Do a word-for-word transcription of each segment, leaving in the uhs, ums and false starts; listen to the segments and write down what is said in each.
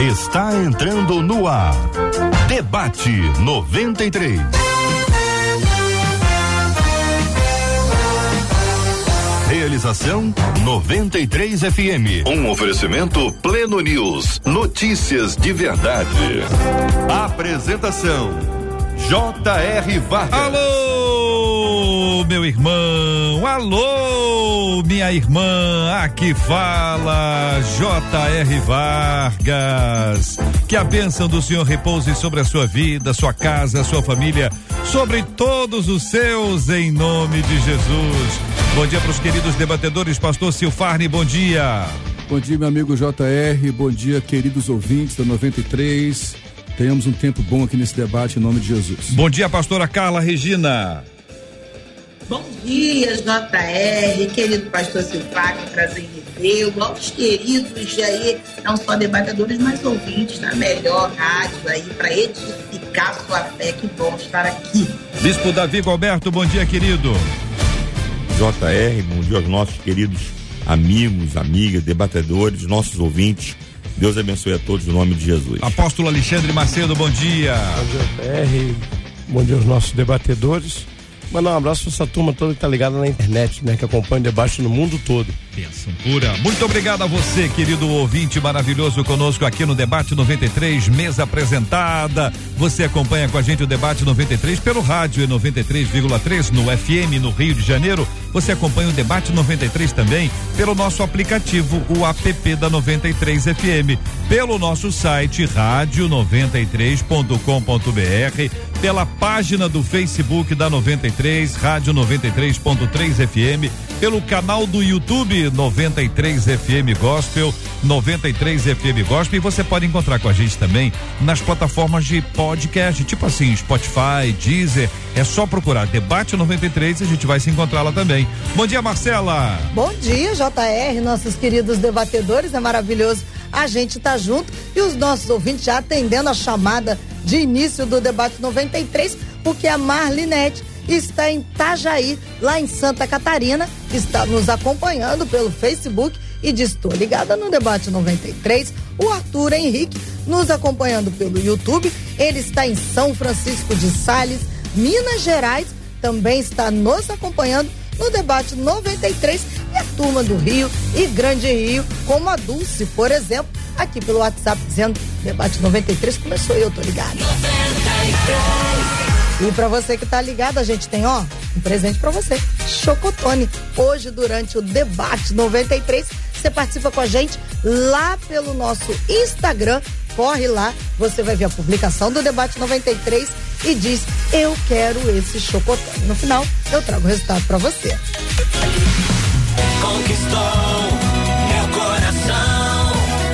Está entrando no ar. Debate noventa e três. Realização noventa e três F M. Um oferecimento Pleno News. Notícias de verdade. Apresentação J R Vargas. Alô, meu irmão. Alô, minha irmã. Aqui fala J R Vargas. Que a bênção do Senhor repouse sobre a sua vida, sua casa, sua família, sobre todos os seus, em nome de Jesus. Bom dia para os queridos debatedores, pastor Silfarni, bom dia. Bom dia, meu amigo J R, bom dia, queridos ouvintes da noventa e três. Tenhamos um tempo bom aqui nesse debate, em nome de Jesus. Bom dia, pastora Carla Regina. Bom dia, J R, querido pastor Silfarni, prazer em revê-lo, aos queridos aí, não só debatedores, mas ouvintes da melhor rádio aí, para edificar sua fé, que bom estar aqui. Bispo Davi Alberto, bom dia, querido. J R, bom dia aos nossos queridos amigos, amigas, debatedores, nossos ouvintes. Deus abençoe a todos no nome de Jesus. Apóstolo Alexandre Macedo, bom dia. Bom dia, J R, bom dia aos nossos debatedores. Mandar um abraço para essa turma toda que tá ligada na internet, né? Que acompanha o debate no mundo todo. Bênção pura. Muito obrigado a você, querido ouvinte maravilhoso, conosco aqui no Debate noventa e três, mesa apresentada. Você acompanha com a gente o Debate noventa e três pelo rádio e noventa e três vírgula três no F M no Rio de Janeiro. Você acompanha o Debate noventa e três também pelo nosso aplicativo, o app da noventa e três F M, pelo nosso site rádio noventa e três ponto com ponto b r, pela página do Facebook da noventa e três, rádio noventa e três ponto três F M, pelo canal do YouTube noventa e três F M Gospel, noventa e três F M Gospel, e você pode encontrar com a gente também nas plataformas de podcast, tipo assim, Spotify, Deezer, é só procurar Debate noventa e três e a gente vai se encontrar lá também. Bom dia, Marcela. Bom dia, J R, nossos queridos debatedores, é maravilhoso a gente tá junto e os nossos ouvintes já atendendo a chamada de início do Debate noventa e três, porque a Marlinete está em Itajaí, lá em Santa Catarina, está nos acompanhando pelo Facebook e diz: estou ligada no Debate noventa e três. O Arthur Henrique nos acompanhando pelo YouTube, ele está em São Francisco de Sales, Minas Gerais, também está nos acompanhando no Debate noventa e três, e a turma do Rio e Grande Rio, como a Dulce, por exemplo, aqui pelo WhatsApp dizendo: Debate noventa e três começou, eu tô ligado. E pra você que tá ligado, a gente tem, ó, um presente pra você, Chocotone. Hoje, durante o Debate noventa e três, você participa com a gente lá pelo nosso Instagram. Corre lá, você vai ver a publicação do Debate noventa e três e diz: eu quero esse Chocotone. No final, eu trago o resultado pra você. Conquistou meu coração.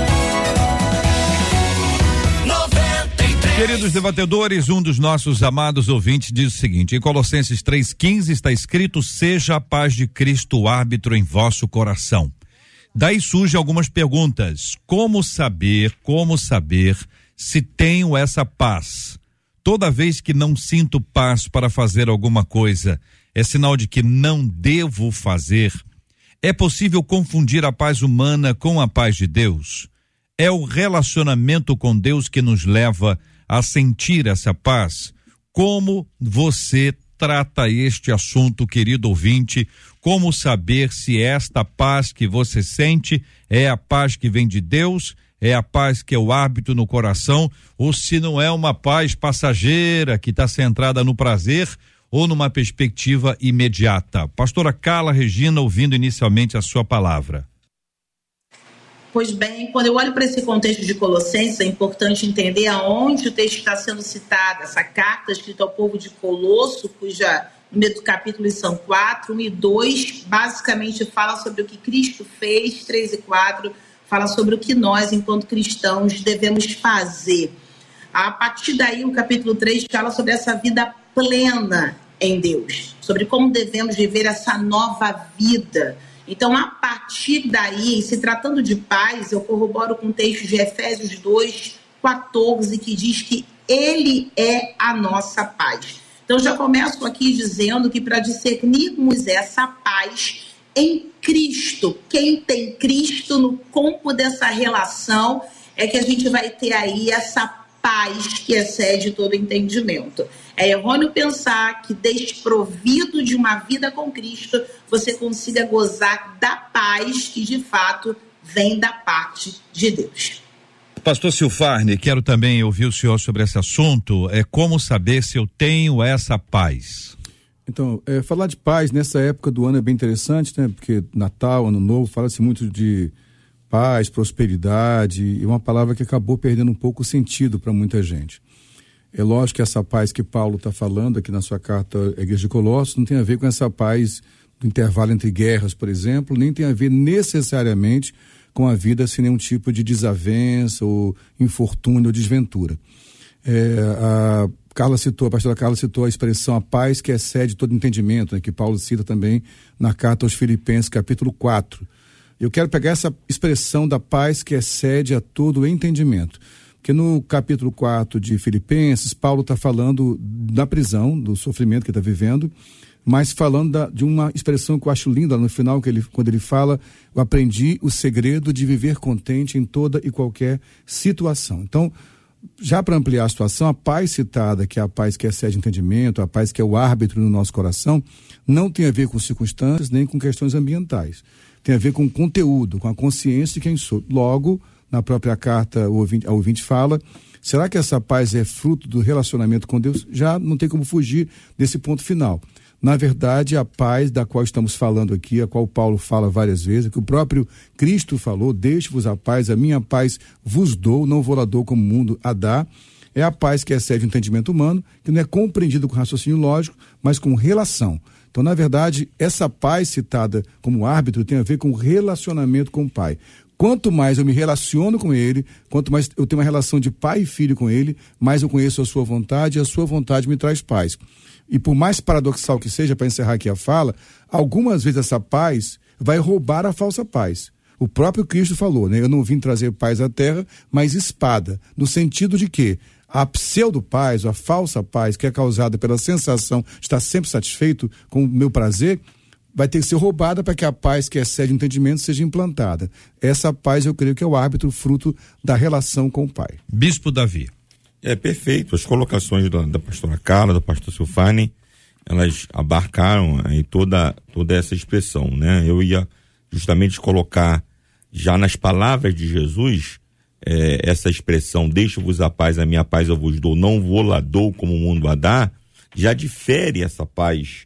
Queridos debatedores, um dos nossos amados ouvintes diz o seguinte: em Colossenses três quinze está escrito: seja a paz de Cristo o árbitro em vosso coração. Daí surgem algumas perguntas. Como saber, como saber se tenho essa paz? Toda vez que não sinto paz para fazer alguma coisa, é sinal de que não devo fazer? É possível confundir a paz humana com a paz de Deus? É o relacionamento com Deus que nos leva a sentir essa paz? Como você trata este assunto, querido ouvinte? Como saber se esta paz que você sente é a paz que vem de Deus, é a paz que é o hábito no coração, ou se não é uma paz passageira que está centrada no prazer ou numa perspectiva imediata? Pastora Carla Regina, ouvindo inicialmente a sua palavra. Pois bem, quando eu olho para esse contexto de Colossenses, é importante entender aonde o texto está sendo citado. Essa carta escrita ao povo de Colosso, cuja número do capítulo são quatro, um e dois, basicamente fala sobre o que Cristo fez, três e quatro, fala sobre o que nós, enquanto cristãos, devemos fazer. A partir daí, o capítulo três fala sobre essa vida plena em Deus, sobre como devemos viver essa nova vida. Então, a partir daí, se tratando de paz, eu corroboro com o texto de Efésios dois, quatorze, que diz que Ele é a nossa paz. Então, já começo aqui dizendo que para discernirmos essa paz em Cristo, quem tem Cristo no campo dessa relação é que a gente vai ter aí essa paz que excede todo entendimento. É errôneo pensar que, desprovido de uma vida com Cristo, você consiga gozar da paz que de fato vem da parte de Deus. Pastor Silfarne, quero também ouvir o senhor sobre esse assunto. É como saber se eu tenho essa paz? Então, é, falar de paz nessa época do ano é bem interessante, né? Porque Natal, Ano Novo, fala-se muito de paz, prosperidade, e uma palavra que acabou perdendo um pouco o sentido para muita gente. É lógico que essa paz que Paulo está falando aqui na sua carta à Igreja de Colossos não tem a ver com essa paz do intervalo entre guerras, por exemplo, nem tem a ver necessariamente com a vida sem nenhum tipo de desavença ou infortúnio ou desventura. É, a Carla citou, a pastora Carla citou a expressão a paz que excede todo entendimento, né, que Paulo cita também na carta aos Filipenses, capítulo quatro. Eu quero pegar essa expressão da paz que excede a todo entendimento, porque no capítulo quatro de Filipenses, Paulo está falando da prisão, do sofrimento que está vivendo, mas falando da, de uma expressão que eu acho linda no final, que ele, quando ele fala, eu aprendi o segredo de viver contente em toda e qualquer situação. Então, já para ampliar a situação, a paz citada, que é a paz que excede entendimento, a paz que é o árbitro no nosso coração, não tem a ver com circunstâncias nem com questões ambientais. Tem a ver com conteúdo, com a consciência de quem sou. Logo, na própria carta, o ouvinte, a ouvinte fala, será que essa paz é fruto do relacionamento com Deus? Já não tem como fugir desse ponto final. Na verdade, a paz da qual estamos falando aqui, a qual Paulo fala várias vezes, que o próprio Cristo falou, deixe-vos a paz, a minha paz vos dou, não vou lá dou como o mundo a dá, é a paz que excede o entendimento humano, que não é compreendido com raciocínio lógico, mas com relação. Então, na verdade, essa paz citada como árbitro tem a ver com o relacionamento com o Pai. Quanto mais eu me relaciono com Ele, quanto mais eu tenho uma relação de pai e filho com Ele, mais eu conheço a sua vontade e a sua vontade me traz paz. E por mais paradoxal que seja, para encerrar aqui a fala, algumas vezes essa paz vai roubar a falsa paz. O próprio Cristo falou, né? Eu não vim trazer paz à terra, mas espada. No sentido de que a pseudo-paz, a falsa paz, que é causada pela sensação de estar sempre satisfeito com o meu prazer, vai ter que ser roubada para que a paz que excede o entendimento seja implantada. Essa paz, eu creio que é o árbitro fruto da relação com o Pai. Bispo Davi. É perfeito. As colocações da, da pastora Carla, do pastor Silfarne, elas abarcaram aí toda, toda essa expressão, né? Eu ia justamente colocar já nas palavras de Jesus, É, essa expressão, deixo-vos a paz, a minha paz eu vos dou, não vou lá dou como o mundo a dá, já difere essa paz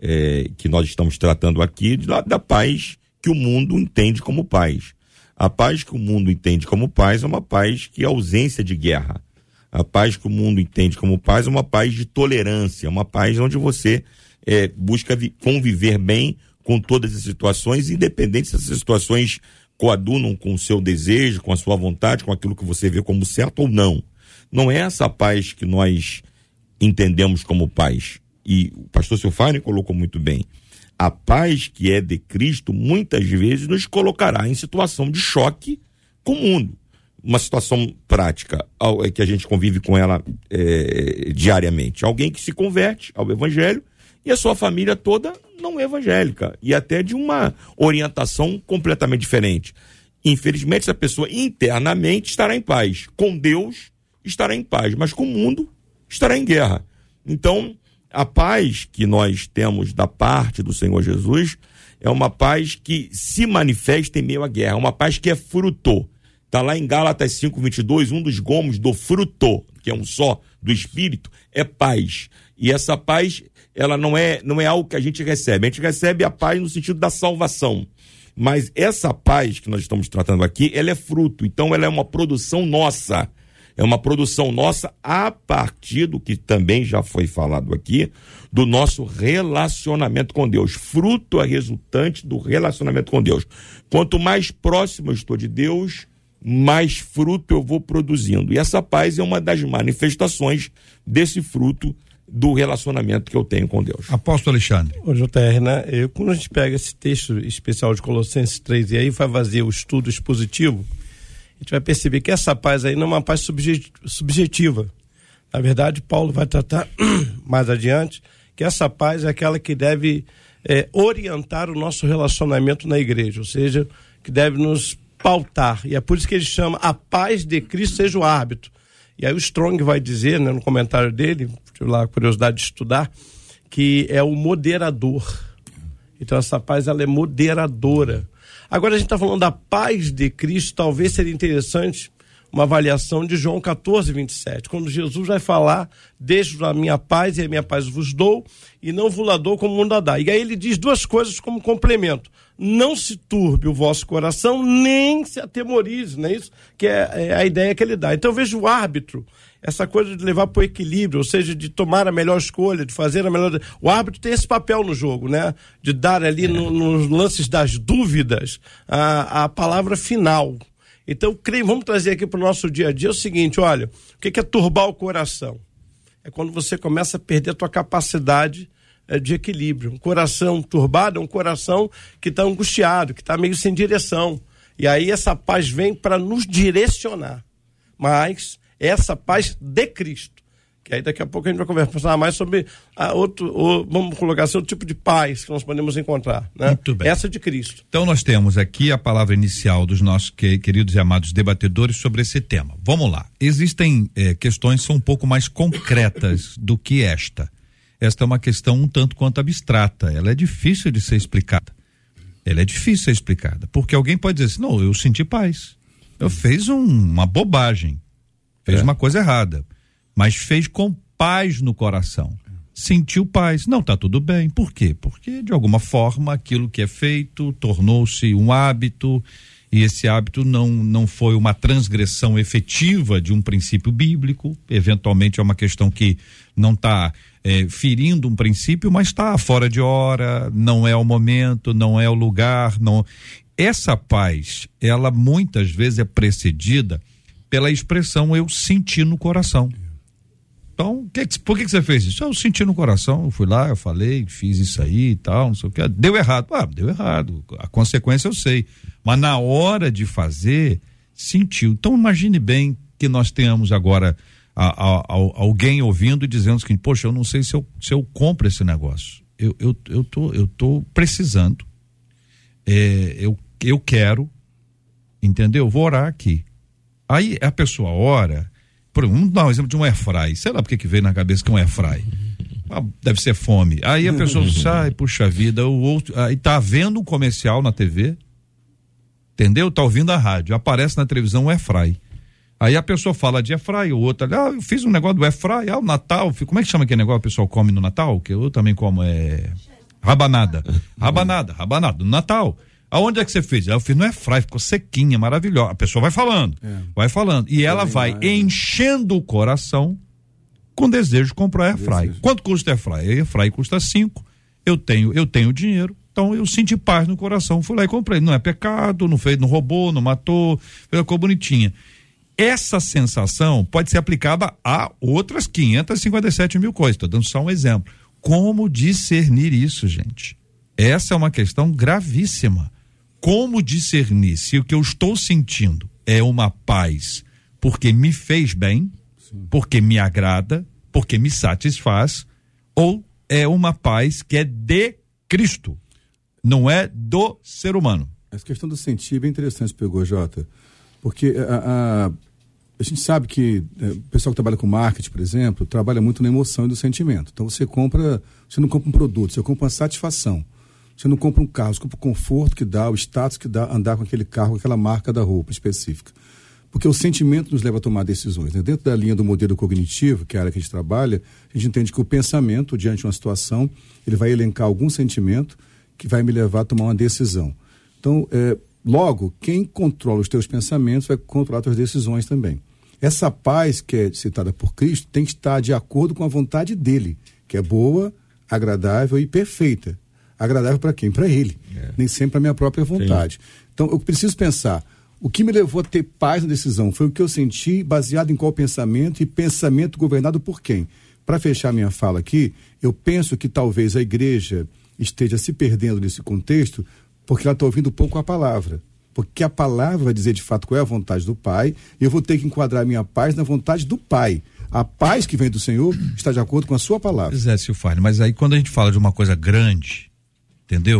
é, que nós estamos tratando aqui da, da paz que o mundo entende como paz. A paz que o mundo entende como paz é uma paz que é ausência de guerra. A paz que o mundo entende como paz é uma paz de tolerância, uma paz onde você é, busca vi- conviver bem com todas as situações, independente se essas situações coadunam com o seu desejo, com a sua vontade, com aquilo que você vê como certo ou não. Não é essa paz que nós entendemos como paz. E o pastor Silfarne colocou muito bem. A paz que é de Cristo, muitas vezes, nos colocará em situação de choque com o mundo. Uma situação prática, que a gente convive com ela é, diariamente. Alguém que se converte ao evangelho e a sua família toda não é evangélica e até de uma orientação completamente diferente. Infelizmente, essa pessoa internamente estará em paz. Com Deus estará em paz, mas com o mundo estará em guerra. Então, a paz que nós temos da parte do Senhor Jesus é uma paz que se manifesta em meio à guerra, uma paz que é fruto. Está lá em Gálatas cinco, vinte e dois, um dos gomos do fruto, que é um só, do Espírito, é paz. E essa paz, ela não é, não é algo que a gente recebe. A gente recebe a paz no sentido da salvação. Mas essa paz que nós estamos tratando aqui, ela é fruto. Então, ela é uma produção nossa. É uma produção nossa a partir do que também já foi falado aqui, do nosso relacionamento com Deus. Fruto é resultante do relacionamento com Deus. Quanto mais próximo eu estou de Deus, mais fruto eu vou produzindo. E essa paz é uma das manifestações desse fruto do relacionamento que eu tenho com Deus. Apóstolo Alexandre. Ô J R, né? Eu, quando a gente pega esse texto especial de Colossenses três e aí vai fazer o estudo expositivo, a gente vai perceber que essa paz aí não é uma paz subjetiva. Na verdade, Paulo vai tratar mais adiante que essa paz é aquela que deve é, orientar o nosso relacionamento na igreja, ou seja, que deve nos pautar. E é por isso que ele chama a paz de Cristo seja o árbitro. E aí o Strong vai dizer, né, no comentário dele, tive lá a curiosidade de estudar, que é o moderador. Então essa paz, ela é moderadora. Agora a gente está falando da paz de Cristo, talvez seria interessante uma avaliação de João quatorze, vinte e sete, quando Jesus vai falar, deixo a minha paz e a minha paz vos dou, e não vos la dou como o mundo a dá. E aí ele diz duas coisas como complemento: não se turbe o vosso coração, nem se atemorize, não é isso? Que é, é a ideia que ele dá. Então eu vejo o árbitro, essa coisa de levar para o equilíbrio, ou seja, de tomar a melhor escolha, de fazer a melhor... O árbitro tem esse papel no jogo, né? De dar ali é. no, nos lances das dúvidas a, a palavra final. Então, creio, vamos trazer aqui para o nosso dia a dia o seguinte: olha, o que é turbar o coração? É quando você começa a perder a tua capacidade é, de equilíbrio. Um coração turbado é um coração que está angustiado, que está meio sem direção. E aí essa paz vem para nos direcionar. Mas essa paz de Cristo. Que aí daqui a pouco a gente vai conversar mais sobre a outro, ou, vamos colocar assim, outro tipo de paz que nós podemos encontrar, né? Muito bem. Essa de Cristo. Então nós temos aqui a palavra inicial dos nossos que, queridos e amados debatedores sobre esse tema. Vamos lá. Existem eh, questões que são um pouco mais concretas do que esta. Esta é uma questão um tanto quanto abstrata. Ela é difícil de ser explicada. Ela é difícil de ser explicada. Porque alguém pode dizer assim: não, eu senti paz. Eu fiz um, uma bobagem. Fez é. uma coisa errada. Mas fez com paz no coração. Sentiu paz. Não, tá tudo bem. Por quê? Porque, de alguma forma, aquilo que é feito tornou-se um hábito, e esse hábito não, não foi uma transgressão efetiva de um princípio bíblico. Eventualmente é uma questão que não está é, ferindo um princípio, mas está fora de hora, não é o momento, não é o lugar. Não... Essa paz, ela muitas vezes é precedida pela expressão eu senti no coração. Então, que, por que, que você fez isso? Eu senti no coração, eu fui lá, eu falei, fiz isso aí e tal, não sei o que. Deu errado. Ah, deu errado. A consequência eu sei. Mas na hora de fazer, sentiu. Então, imagine bem que nós tenhamos agora a, a, a, alguém ouvindo e dizendo que, poxa, eu não sei se eu, se eu compro esse negócio. Eu, eu, eu, tô, eu tô precisando. É, eu, eu quero, entendeu? Vou orar aqui. Aí a pessoa ora. Vamos dar um exemplo de um airfry. Sei lá por que veio na cabeça que é um airfry. Ah, deve ser fome. Aí a pessoa sai, puxa vida, o outro, aí tá vendo um comercial na T V, entendeu? Tá ouvindo a rádio, aparece na televisão um airfry. Aí a pessoa fala de airfry, o outro, ah, eu fiz um negócio do airfry, ah, o Natal, como é que chama aquele negócio que o pessoal come no Natal? Que eu também como, é rabanada. Rabanada, rabanada, no Natal. Aonde é que você fez? Eu fiz no airfry, ficou sequinha, maravilhosa. A pessoa vai falando, é. vai falando. E ela vai mais. enchendo o coração com desejo de comprar airfry. Desejo. Quanto custa airfry? Airfry custa cinco. Eu tenho, eu tenho dinheiro, então eu senti paz no coração. Fui lá e comprei. Não é pecado, não fez, não roubou, não matou, ficou bonitinha. Essa sensação pode ser aplicada a outras quinhentas e cinquenta e sete mil coisas. Estou dando só um exemplo. Como discernir isso, gente? Essa é uma questão gravíssima. Como discernir se o que eu estou sentindo é uma paz porque me fez bem, Sim. porque me agrada, porque me satisfaz, ou é uma paz que é de Cristo, não é do ser humano? Essa questão do sentir é bem interessante, pegou, Jota, porque a, a, a gente sabe que é, o pessoal que trabalha com marketing, por exemplo, trabalha muito na emoção e do sentimento. Então você compra, você não compra um produto, você compra uma satisfação. Você não compra um carro, você compra o conforto que dá, o status que dá andar com aquele carro, com aquela marca da roupa específica. Porque o sentimento nos leva a tomar decisões, né? Dentro da linha do modelo cognitivo, que é a área que a gente trabalha, a gente entende que o pensamento, diante de uma situação, ele vai elencar algum sentimento que vai me levar a tomar uma decisão. Então, é, logo, quem controla os teus pensamentos vai controlar as tuas decisões também. Essa paz que é citada por Cristo tem que estar de acordo com a vontade dele, que é boa, agradável e perfeita. Agradável para quem? Para ele. É. Nem sempre para a minha própria vontade. Sim. Então, eu preciso pensar, o que me levou a ter paz na decisão foi o que eu senti, baseado em qual pensamento, e pensamento governado por quem? Para fechar minha fala aqui, eu penso que talvez a igreja esteja se perdendo nesse contexto, porque ela está ouvindo pouco a palavra. Porque a palavra vai dizer de fato qual é a vontade do Pai, e eu vou ter que enquadrar minha paz na vontade do Pai. A paz que vem do Senhor está de acordo com a sua palavra. Pois é, Silfane, mas aí quando a gente fala de uma coisa grande, entendeu?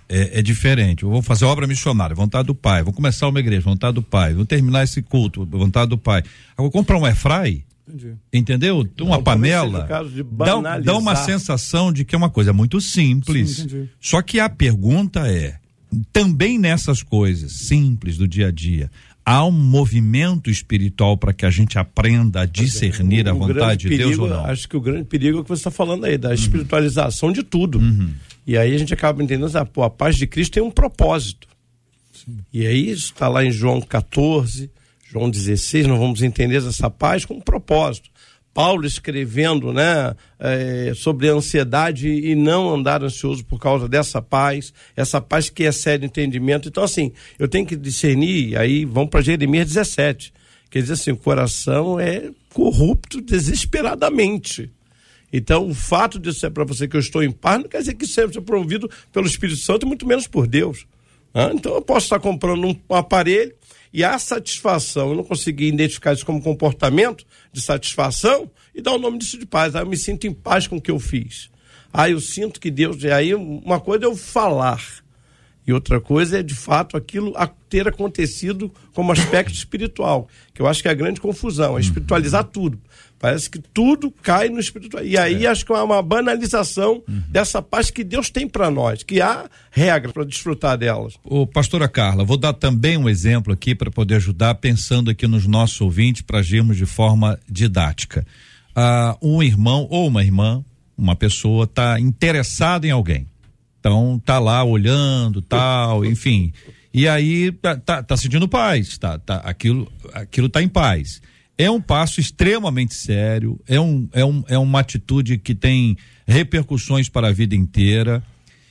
é, é diferente. Eu vou fazer obra missionária, vontade do Pai. Vou começar uma igreja, vontade do Pai. Vou terminar esse culto, vontade do Pai. Eu vou comprar um airfry, entendeu? Uma Não, panela. Dá, dá uma sensação de que é uma coisa muito simples. Sim, só que a pergunta é, também nessas coisas simples do dia a dia, há um movimento espiritual para que a gente aprenda a discernir o, a vontade de perigo, Deus ou não? Acho que o grande perigo é o que você está falando aí, da uhum. espiritualização de tudo. Uhum. E aí a gente acaba entendendo, ah, pô, a paz de Cristo tem um propósito. Sim. E aí isso está lá em João quatorze, João dezesseis, nós vamos entender essa paz com um propósito. Paulo escrevendo, né, é, sobre a ansiedade e não andar ansioso por causa dessa paz, essa paz que excede entendimento. Então, assim, eu tenho que discernir, aí vamos para Jeremias dezessete, quer dizer assim, o coração é corrupto desesperadamente. Então, o fato de ser para você que eu estou em paz não quer dizer que seja promovido pelo Espírito Santo, muito menos por Deus. Ah, então, eu posso estar comprando um, um aparelho e a satisfação, eu não consegui identificar isso como comportamento de satisfação e dar o nome disso de paz. Aí eu me sinto em paz com o que eu fiz. Aí eu sinto que Deus... Aí uma coisa é eu falar e outra coisa é, de fato, aquilo a ter acontecido como aspecto espiritual, que eu acho que é a grande confusão, é espiritualizar tudo. Parece que tudo cai no espiritual. E aí é. acho que é uma banalização uhum. dessa paz que Deus tem para nós, que há regra para desfrutar delas. Ô, pastora Carla, vou dar também um exemplo aqui para poder ajudar, pensando aqui nos nossos ouvintes, para agirmos de forma didática. Ah, um irmão ou uma irmã, uma pessoa está interessada em alguém. Então tá lá olhando, tal, enfim. E aí tá, tá, tá sentindo paz, tá, tá, aquilo, aquilo tá em paz. É um passo extremamente sério, é, um, é, um, é uma atitude que tem repercussões para a vida inteira.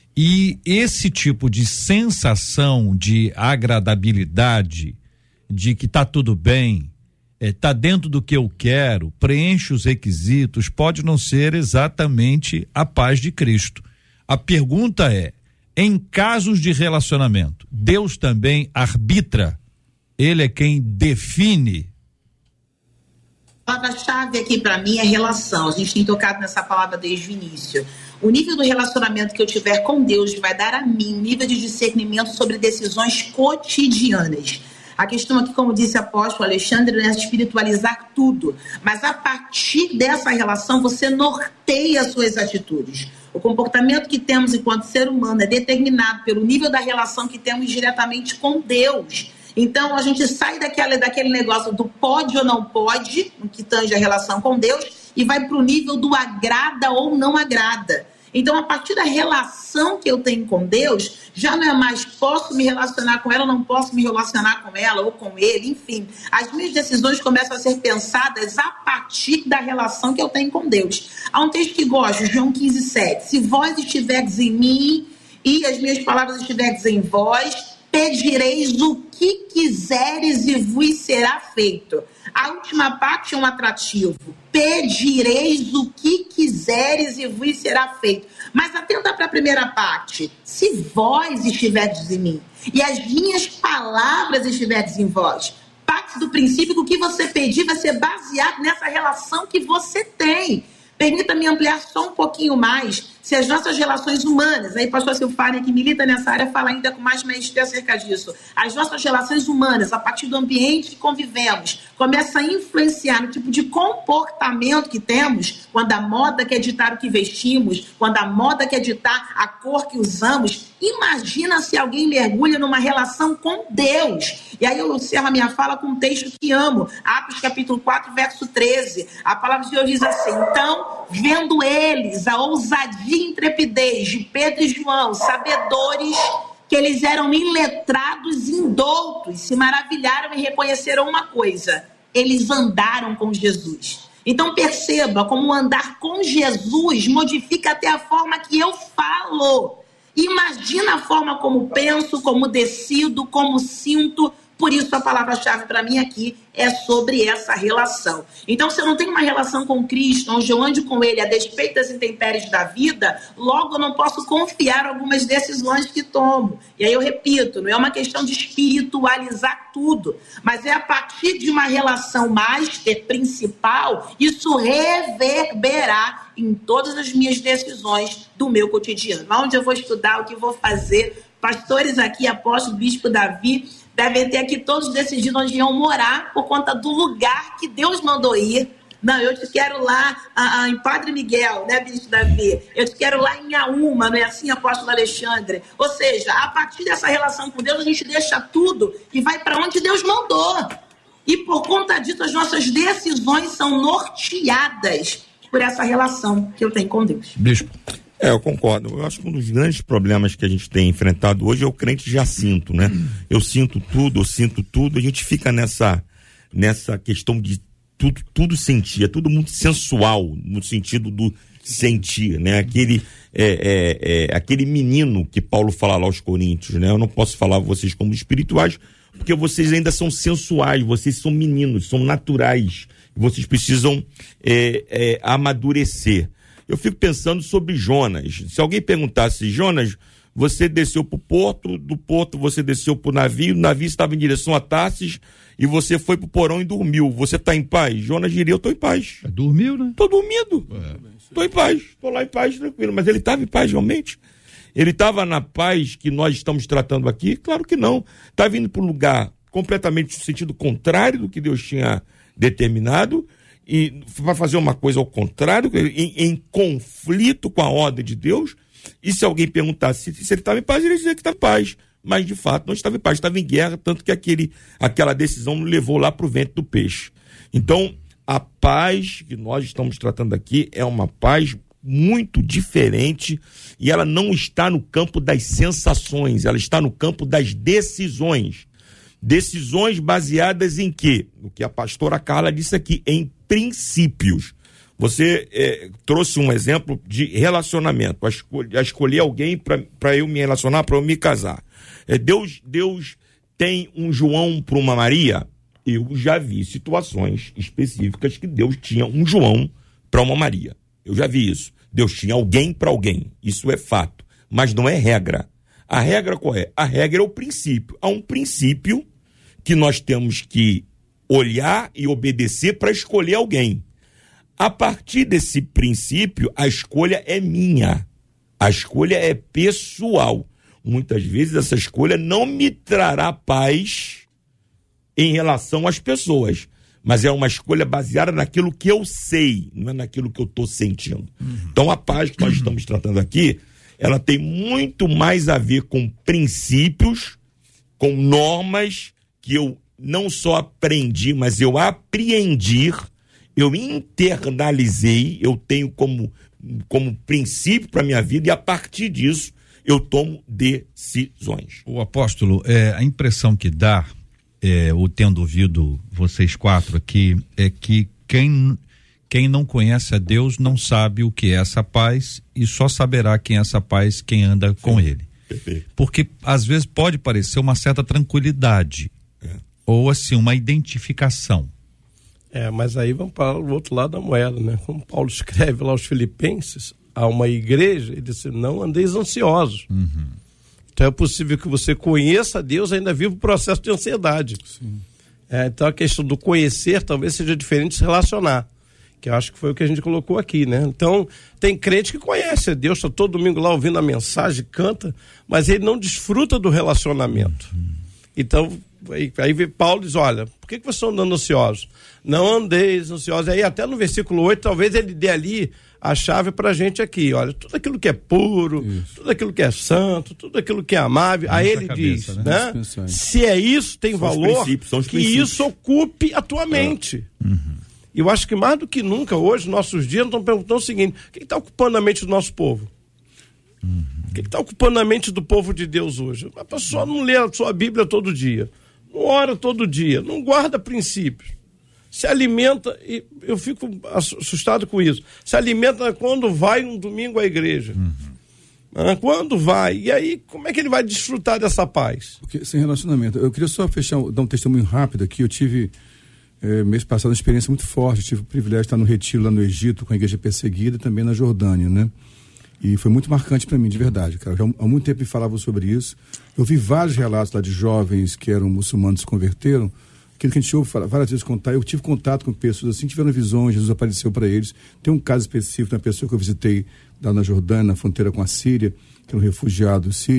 E esse tipo de sensação de agradabilidade, de que tá tudo bem, é, tá dentro do que eu quero, preenche os requisitos, pode não ser exatamente a paz de Cristo. A pergunta é, em casos de relacionamento, Deus também arbitra? Ele é quem define? A palavra-chave aqui para mim é relação. A gente tem tocado nessa palavra desde o início. O nível do relacionamento que eu tiver com Deus vai dar a mim um nível de discernimento sobre decisões cotidianas. A questão aqui, como disse o apóstolo Alexandre, é espiritualizar tudo. Mas a partir dessa relação, você norteia as suas atitudes. O comportamento que temos enquanto ser humano é determinado pelo nível da relação que temos diretamente com Deus. Então, a gente sai daquela, daquele negócio do pode ou não pode, no que tange a relação com Deus, e vai para o nível do agrada ou não agrada. Então, a partir da relação que eu tenho com Deus, já não é mais posso me relacionar com ela ou não posso me relacionar com ela ou com ele, enfim. As minhas decisões começam a ser pensadas a partir da relação que eu tenho com Deus. Há um texto que gosto, João quinze, sete. Se vós estiverdes em mim e as minhas palavras estiverdes em vós, pedireis o que quiseres e vos será feito. A última parte é um atrativo. Pedireis o que quiseres e vos será feito. Mas atenta para a primeira parte. Se vós estiverdes em mim e as minhas palavras estiverdes em vós, parte do princípio que o que você pedir vai ser baseado nessa relação que você tem. Permita-me ampliar só um pouquinho mais. Se as nossas relações humanas, aí pastor Silfane, que milita nessa área, fala ainda com mais maestria acerca disso. As nossas relações humanas, a partir do ambiente que convivemos, começa a influenciar no tipo de comportamento que temos, quando a moda quer ditar o que vestimos, quando a moda quer ditar a cor que usamos. Imagina se alguém mergulha numa relação com Deus. E aí eu encerro a minha fala com um texto que amo. Atos capítulo quatro, verso treze. A palavra de Deus diz assim: então, vendo eles a ousadia e intrepidez de Pedro e João, sabedores que eles eram iletrados e indoutos, se maravilharam e reconheceram uma coisa: eles andaram com Jesus. Então perceba como andar com Jesus modifica até a forma que eu falo. Imagina a forma como penso, como decido, como sinto. Por isso a palavra-chave para mim aqui é sobre essa relação. Então, se eu não tenho uma relação com Cristo, onde eu ande com Ele a despeito das intempéries da vida, logo eu não posso confiar algumas decisões que tomo. E aí eu repito, não é uma questão de espiritualizar tudo, mas é a partir de uma relação master principal, isso reverberar em todas as minhas decisões do meu cotidiano. Onde eu vou estudar, o que vou fazer, Pastores aqui, apóstolo, bispo Davi, devem ter aqui todos decidido onde iam morar por conta do lugar que Deus mandou ir. Não, eu te quero lá a, a, em Padre Miguel, né, bispo Davi? Eu te quero lá em Aúma, não é assim, apóstolo Alexandre? Ou seja, a partir dessa relação com Deus, a gente deixa tudo e vai para onde Deus mandou. E por conta disso, as nossas decisões são norteadas por essa relação que eu tenho com Deus. Bispo. É, eu concordo. Eu acho que um dos grandes problemas que a gente tem enfrentado hoje é o crente já sinto, né? Eu sinto tudo, eu sinto tudo. A gente fica nessa, nessa questão de tudo, tudo sentir. É tudo muito sensual, no sentido do sentir, né? Aquele, é, é, é, aquele menino que Paulo fala lá aos Coríntios, né? Eu não posso falar vocês como espirituais, porque vocês ainda são sensuais, vocês são meninos, são naturais. Vocês precisam é, é, amadurecer. Eu fico pensando sobre Jonas. Se alguém perguntasse, Jonas, você desceu para o porto, do porto você desceu para o navio, o navio estava em direção a Tarsis e você foi para o porão e dormiu. Você está em paz? Jonas diria, eu estou em paz. Dormiu, né? Estou dormindo. Estou em paz. Estou lá em paz, tranquilo. Mas ele estava em paz realmente? Ele estava na paz que nós estamos tratando aqui? Claro que não. Estava indo para um lugar completamente no sentido contrário do que Deus tinha determinado, e vai fazer uma coisa ao contrário, em, em conflito com a ordem de Deus. E se alguém perguntasse se, se ele estava em paz, ele ia dizer que estava em paz, mas de fato não estava em paz, estava em guerra, tanto que aquele, aquela decisão levou lá para o ventre do peixe. Então a paz que nós estamos tratando aqui é uma paz muito diferente, e ela não está no campo das sensações, ela está no campo das decisões. Decisões baseadas em quê? O que a pastora Carla disse aqui, em princípios. Você é, trouxe um exemplo de relacionamento, a, escol- a escolher alguém para eu me relacionar, para eu me casar. É, Deus, Deus tem um João para uma Maria? Eu já vi situações específicas que Deus tinha um João para uma Maria. Eu já vi isso. Deus tinha alguém para alguém. Isso é fato, mas não é regra. A regra qual é? A regra é o princípio. Há um princípio que nós temos que olhar e obedecer para escolher alguém. A partir desse princípio, a escolha é minha. A escolha é pessoal. Muitas vezes essa escolha não me trará paz em relação às pessoas, mas é uma escolha baseada naquilo que eu sei, não é naquilo que eu estou sentindo. Uhum. Então a paz que nós estamos tratando aqui, ela tem muito mais a ver com princípios, com normas que eu não só aprendi, mas eu apreendi, eu internalizei, eu tenho como, como princípio para a minha vida, e a partir disso eu tomo decisões. O apóstolo, é, a impressão que dá, é, o tendo ouvido vocês quatro aqui, é que quem... Quem não conhece a Deus não sabe o que é essa paz, e só saberá quem é essa paz quem anda com Ele. Perfeito. Porque às vezes pode parecer uma certa tranquilidade, é. ou assim, uma identificação. É, mas aí vamos para o outro lado da moeda, né? Como Paulo escreve lá aos Filipenses, a uma igreja, ele disse, não andeis ansiosos. Uhum. Então é possível que você conheça a Deus e ainda viva o processo de ansiedade. Sim. É, então a questão do conhecer talvez seja diferente de se relacionar, que eu acho que foi o que a gente colocou aqui, né? Então, tem crente que conhece a Deus, está todo domingo lá ouvindo a mensagem, canta, mas ele não desfruta do relacionamento. Uhum. Então, aí, aí vem Paulo e diz, olha, por que, que vocês estão andando ansiosos? Não andeis ansiosos. Aí até no versículo oito, talvez ele dê ali a chave pra gente aqui, olha, tudo aquilo que é puro, isso. tudo aquilo que é santo, tudo aquilo que é amável, aí ele cabeça, diz, né? né? Se é isso, tem são valor, que princípios. Isso ocupe a tua mente. Uhum. E eu acho que mais do que nunca, hoje, nossos dias, estão perguntando o seguinte, o que está ocupando a mente do nosso povo? Uhum. O que está ocupando a mente do povo de Deus hoje? A pessoa não lê a sua Bíblia todo dia, não ora todo dia, não guarda princípios, se alimenta, e eu fico assustado com isso, se alimenta quando vai um domingo à igreja. Uhum. Quando vai? E aí, como é que ele vai desfrutar dessa paz? Porque, sem relacionamento. Eu queria só fechar, dar um testemunho rápido aqui. Eu tive... É, mês passado uma experiência muito forte, eu tive o privilégio de estar no retiro lá no Egito com a igreja perseguida e também na Jordânia, né? E foi muito marcante para mim, de verdade, cara. Já há muito tempo me falavam sobre isso. Eu vi vários relatos lá de jovens que eram muçulmanos que se converteram. Aquilo que a gente ouve várias vezes contar, eu tive contato com pessoas assim, tiveram visões, Jesus apareceu para eles. Tem um caso específico de uma pessoa que eu visitei lá na Jordânia, na fronteira com a Síria, que é um refugiado sírio,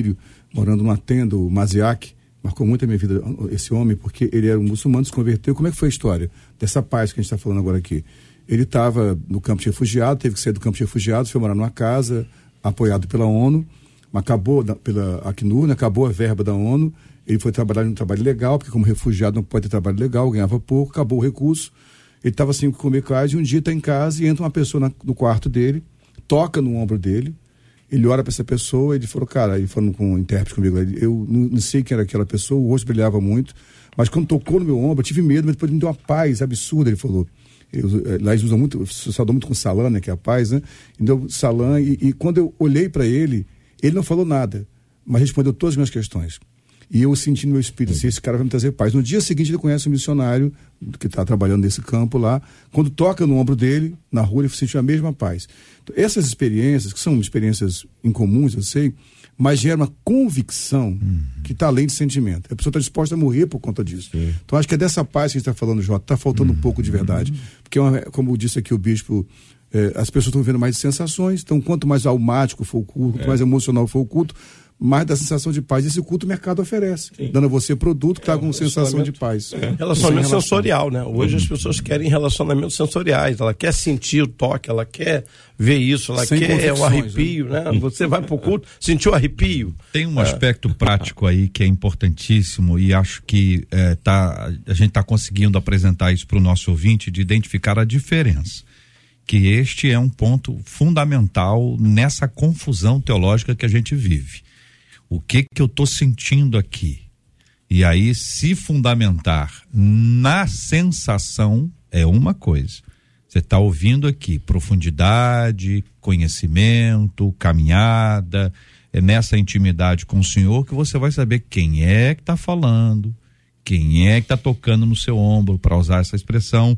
morando numa tenda, o Maziak, marcou muito a minha vida, esse homem, porque ele era um muçulmano, se converteu. Como é que foi a história dessa paz que a gente está falando agora aqui? Ele estava no campo de refugiados, teve que sair do campo de refugiados, foi morar numa casa, apoiado pela ONU, mas acabou, da, pela Acnur, né, acabou a verba da ONU, ele foi trabalhar num trabalho legal, porque como refugiado não pode ter trabalho legal, ganhava pouco, acabou o recurso, ele estava sem comer quase, e um dia está em casa e entra uma pessoa na, no quarto dele, toca no ombro dele, ele olha para essa pessoa, ele falou, cara, ele falando com o intérprete comigo, eu não, não sei quem era aquela pessoa, o rosto brilhava muito, mas quando tocou no meu ombro, eu tive medo, mas depois me deu uma paz absurda, ele falou. Eu, lá eles usam muito, saudam muito com salã, né, que é a paz, né? Então, salã, e, e quando eu olhei para ele, ele não falou nada, mas respondeu todas as minhas questões. E eu senti no meu espírito, assim, esse cara vai me trazer paz. No dia seguinte, ele conhece um missionário que está trabalhando nesse campo lá. Quando toca no ombro dele, na rua, ele sentiu a mesma paz. Então, essas experiências, que são experiências incomuns, eu sei, mas gera uma convicção uhum. que está além de sentimento. A pessoa está disposta a morrer por conta disso. Sim. Então, acho que é dessa paz que a gente está falando, Jota. Está faltando uhum. um pouco de verdade. Porque, é uma, como disse aqui o bispo, eh, as pessoas estão vivendo mais de sensações. Então, quanto mais almático for o culto, quanto é. mais emocional for o culto, mais da sensação de paz. Esse culto o mercado oferece, Sim. dando a você produto que traga é, uma sensação de paz. É. Relacionamento sensorial, né? Hoje uhum. as pessoas querem relacionamentos sensoriais. Ela quer sentir o toque, ela quer ver isso, ela Sem quer o arrepio, né? né? Você vai pro culto, sentiu o arrepio. Tem um é. aspecto prático aí que é importantíssimo e acho que é, tá, a gente está conseguindo apresentar isso para o nosso ouvinte, de identificar a diferença. Que este é um ponto fundamental nessa confusão teológica que a gente vive. O que que eu estou sentindo aqui? E aí, se fundamentar na sensação é uma coisa. Você está ouvindo aqui profundidade, conhecimento, caminhada, é nessa intimidade com o Senhor que você vai saber quem é que está falando, quem é que está tocando no seu ombro, para usar essa expressão.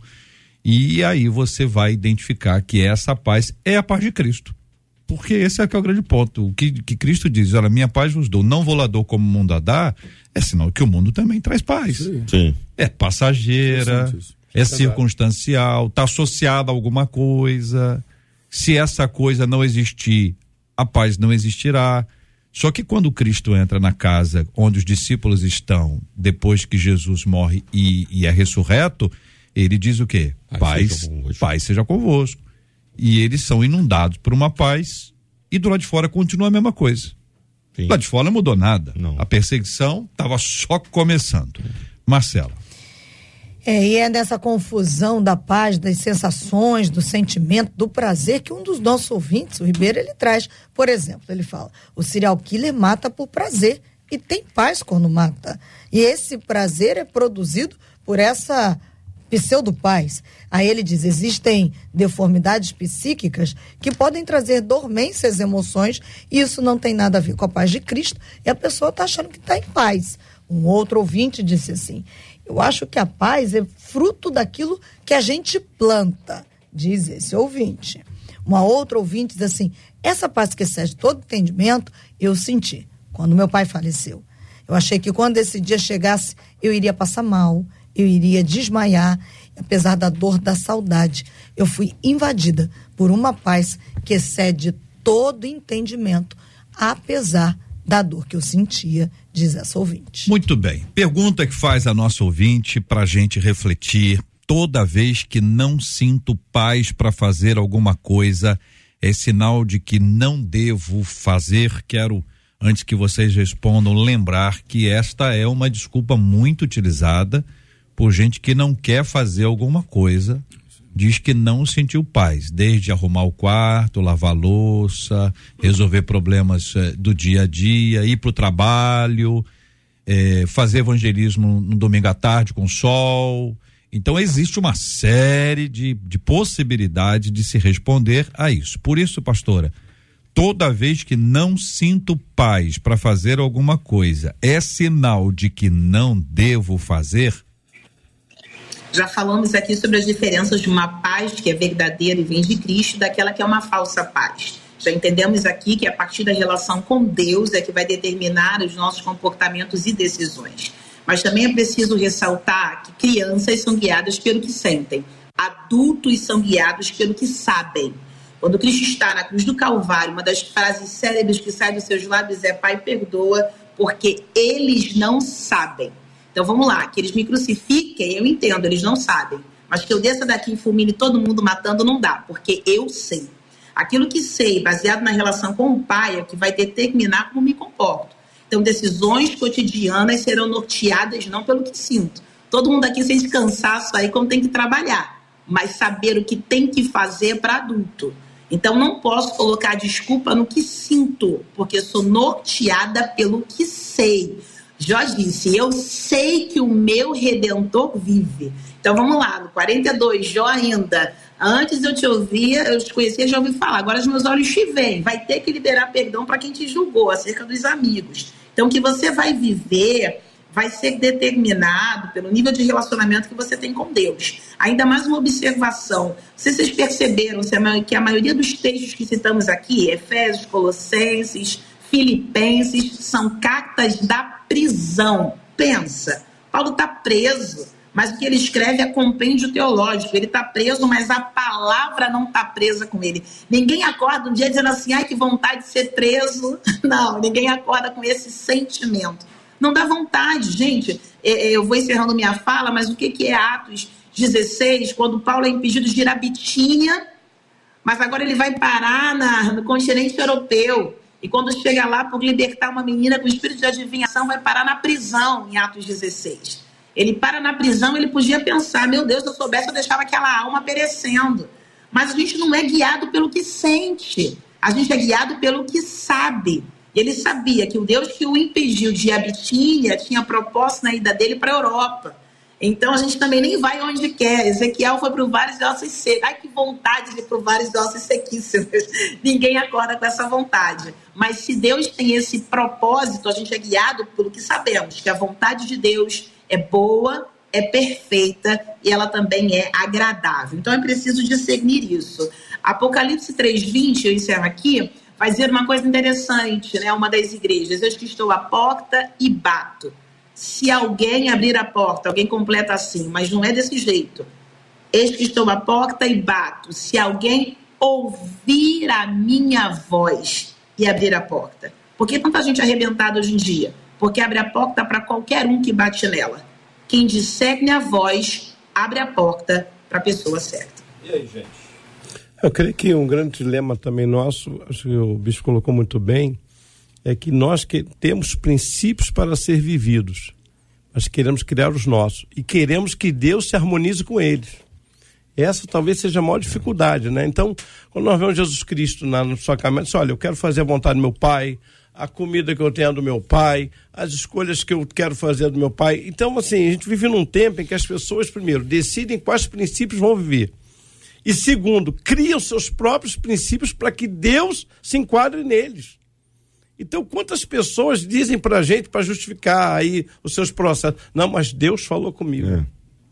E aí você vai identificar que essa paz é a paz de Cristo. Porque esse é que é o grande ponto. O que, que Cristo diz, olha, minha paz vos dou, não vou lá dou como o mundo a dá, é sinal que o mundo também traz paz. Sim. Sim. É passageira, é circunstancial, está associada a alguma coisa. Se essa coisa não existir, a paz não existirá. Só que quando Cristo entra na casa onde os discípulos estão, depois que Jesus morre e, e é ressurreto, ele diz o quê? Paz, paz, seja paz seja convosco. E eles são inundados por uma paz e do lado de fora continua a mesma coisa. Sim. Do lado de fora não mudou nada. Não. A perseguição estava só começando. Sim. Marcela. É, e é nessa confusão da paz, das sensações, do sentimento, do prazer que um dos nossos ouvintes, o Ribeiro, ele traz. Por exemplo, ele fala, o serial killer mata por prazer e tem paz quando mata. E esse prazer é produzido por essa pseudo-paz. Aí ele diz, existem deformidades psíquicas que podem trazer dormência às emoções e isso não tem nada a ver com a paz de Cristo e a pessoa está achando que está em paz. Um outro ouvinte disse assim, eu acho que a paz é fruto daquilo que a gente planta, diz esse ouvinte. Uma outra ouvinte diz assim, essa paz que excede todo entendimento, eu senti quando meu pai faleceu. Eu achei que quando esse dia chegasse, eu iria passar mal, eu iria desmaiar, apesar da dor da saudade. Eu fui invadida por uma paz que excede todo entendimento, apesar da dor que eu sentia, diz essa ouvinte. Muito bem. Pergunta que faz a nossa ouvinte para a gente refletir. Toda vez que não sinto paz para fazer alguma coisa, é sinal de que não devo fazer. Quero, antes que vocês respondam, lembrar que esta é uma desculpa muito utilizada por gente que não quer fazer alguma coisa, diz que não sentiu paz, desde arrumar o quarto, lavar a louça, resolver problemas eh, do dia a dia, ir para o trabalho, eh, fazer evangelismo no domingo à tarde com sol. Então existe uma série de, de possibilidades de se responder a isso. Por isso, pastora, toda vez que não sinto paz para fazer alguma coisa, é sinal de que não devo fazer? Já falamos aqui sobre as diferenças de uma paz que é verdadeira e vem de Cristo, daquela que é uma falsa paz. Já entendemos aqui que a partir da relação com Deus é que vai determinar os nossos comportamentos e decisões. Mas também é preciso ressaltar que crianças são guiadas pelo que sentem, adultos são guiados pelo que sabem. Quando Cristo está na cruz do Calvário, uma das frases célebres que sai dos seus lábios é: Pai, perdoa, porque eles não sabem. Então vamos lá, que eles me crucifiquem, eu entendo, eles não sabem. Mas que eu desça daqui e fulmine todo mundo matando, não dá, porque eu sei. Aquilo que sei, baseado na relação com o Pai, é o que vai determinar como me comporto. Então decisões cotidianas serão norteadas não pelo que sinto. Todo mundo aqui sente cansaço aí quando tem que trabalhar, mas saber o que tem que fazer para adulto. Então não posso colocar desculpa no que sinto, porque sou norteada pelo que sei. Jó disse, eu sei que o meu Redentor vive. Então vamos lá, no quarenta e dois, Jó ainda, antes eu te ouvia, eu te conhecia, já ouvi falar, agora os meus olhos te veem, vai ter que liberar perdão para quem te julgou, acerca dos amigos. Então o que você vai viver vai ser determinado pelo nível de relacionamento que você tem com Deus. Ainda mais uma observação, não sei se vocês perceberam que a maioria dos textos que citamos aqui, Efésios, Colossenses, Filipenses, são cartas da prisão. Pensa, Paulo está preso, mas o que ele escreve é compêndio teológico. Ele está preso, mas a palavra não está presa com ele. Ninguém acorda um dia dizendo assim, ai, que vontade de ser preso. Não, ninguém acorda com esse sentimento. Não dá vontade, gente. Eu vou encerrando minha fala, mas o que é Atos dezesseis, quando Paulo é impedido de ir a Bitínia, mas agora ele vai parar na, no continente europeu. E quando chega lá por libertar uma menina com espírito de adivinhação, vai parar na prisão, em Atos dezesseis. Ele para na prisão, ele podia pensar, meu Deus, se eu soubesse, eu deixava aquela alma perecendo. Mas a gente não é guiado pelo que sente, a gente é guiado pelo que sabe. E ele sabia que o Deus que o impediu de ir a Bitínia tinha propósito na ida dele para a Europa. Então a gente também nem vai onde quer. Ezequiel foi para o Vale de Ossos Secos. Ai, que vontade de ir para o Vale de Ossos Sequíssimos. Ninguém acorda com essa vontade. Mas se Deus tem esse propósito, a gente é guiado pelo que sabemos, que a vontade de Deus é boa, é perfeita e ela também é agradável. Então é preciso discernir isso. Apocalipse três, vinte, eu encerro aqui, vai dizer uma coisa interessante, né? Uma das igrejas, eis que estou à porta e bato. Se alguém abrir a porta, alguém completa assim, mas não é desse jeito. Eis que estou à porta e bato. Se alguém ouvir a minha voz e abrir a porta. Por que tanta gente arrebentada hoje em dia? Porque abre a porta para qualquer um que bate nela. Quem discerne a voz, abre a porta para a pessoa certa. E aí, gente? Eu creio que um grande dilema também nosso, acho que o bispo colocou muito bem, é que nós que temos princípios para ser vividos, mas queremos criar os nossos e queremos que Deus se harmonize com eles. Essa talvez seja a maior dificuldade, né? Então, quando nós vemos Jesus Cristo na, na sua caminhada, diz, olha, eu quero fazer a vontade do meu Pai, a comida que eu tenho é do meu Pai, as escolhas que eu quero fazer é do meu Pai. Então, assim, a gente vive num tempo em que as pessoas, primeiro, decidem quais princípios vão viver. E segundo, criam seus próprios princípios para que Deus se enquadre neles. Então, quantas pessoas dizem para a gente, para justificar aí os seus processos, não, mas Deus falou comigo. É.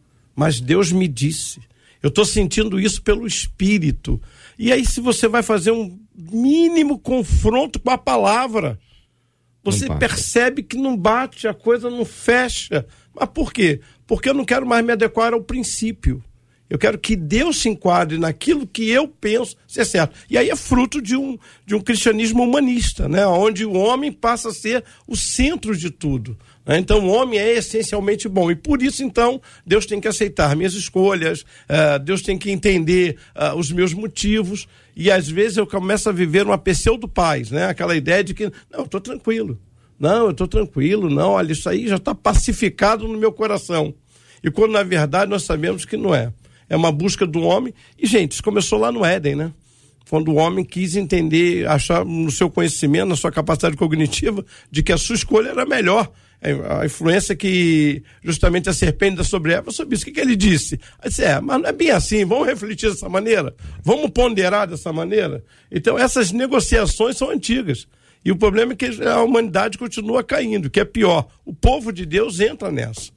Mas Deus me disse. Eu estou sentindo isso pelo Espírito. E aí, se você vai fazer um mínimo confronto com a palavra, você percebe que não bate, a coisa não fecha. Mas por quê? Porque eu não quero mais me adequar ao princípio. Eu quero que Deus se enquadre naquilo que eu penso ser certo. E aí é fruto de um, de um cristianismo humanista, né? Onde o homem passa a ser o centro de tudo. Né? Então o homem é essencialmente bom. E por isso, então, Deus tem que aceitar minhas escolhas, uh, Deus tem que entender uh, os meus motivos. E às vezes eu começo a viver uma pseudo-paz, né? Aquela ideia de que, não, eu estou tranquilo. Não, eu estou tranquilo. Não, olha, isso aí já está pacificado no meu coração. E quando, na verdade, nós sabemos que não é. É uma busca do homem. E, gente, isso começou lá no Éden, né? Quando o homem quis entender, achar no seu conhecimento, na sua capacidade cognitiva, de que a sua escolha era melhor. A influência que justamente a serpente dá sobre Eva, sobre isso. O que, que ele disse? Ele disse, é, mas não é bem assim, vamos refletir dessa maneira? Vamos ponderar dessa maneira? Então, essas negociações são antigas. E o problema é que a humanidade continua caindo, que é pior. O povo de Deus entra nessa.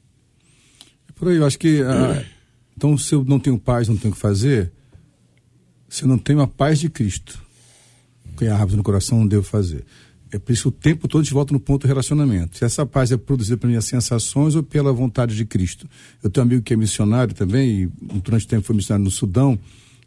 Por aí, eu acho que... Ah, então, se eu não tenho paz, não tenho o que fazer, se eu não tenho a paz de Cristo, que é a árvore no coração, não devo fazer. É por isso que o tempo todo a gente volta no ponto do relacionamento. Se essa paz é produzida pelas minhas sensações ou pela vontade de Cristo. Eu tenho um amigo que é missionário também, e durante o tempo foi missionário no Sudão,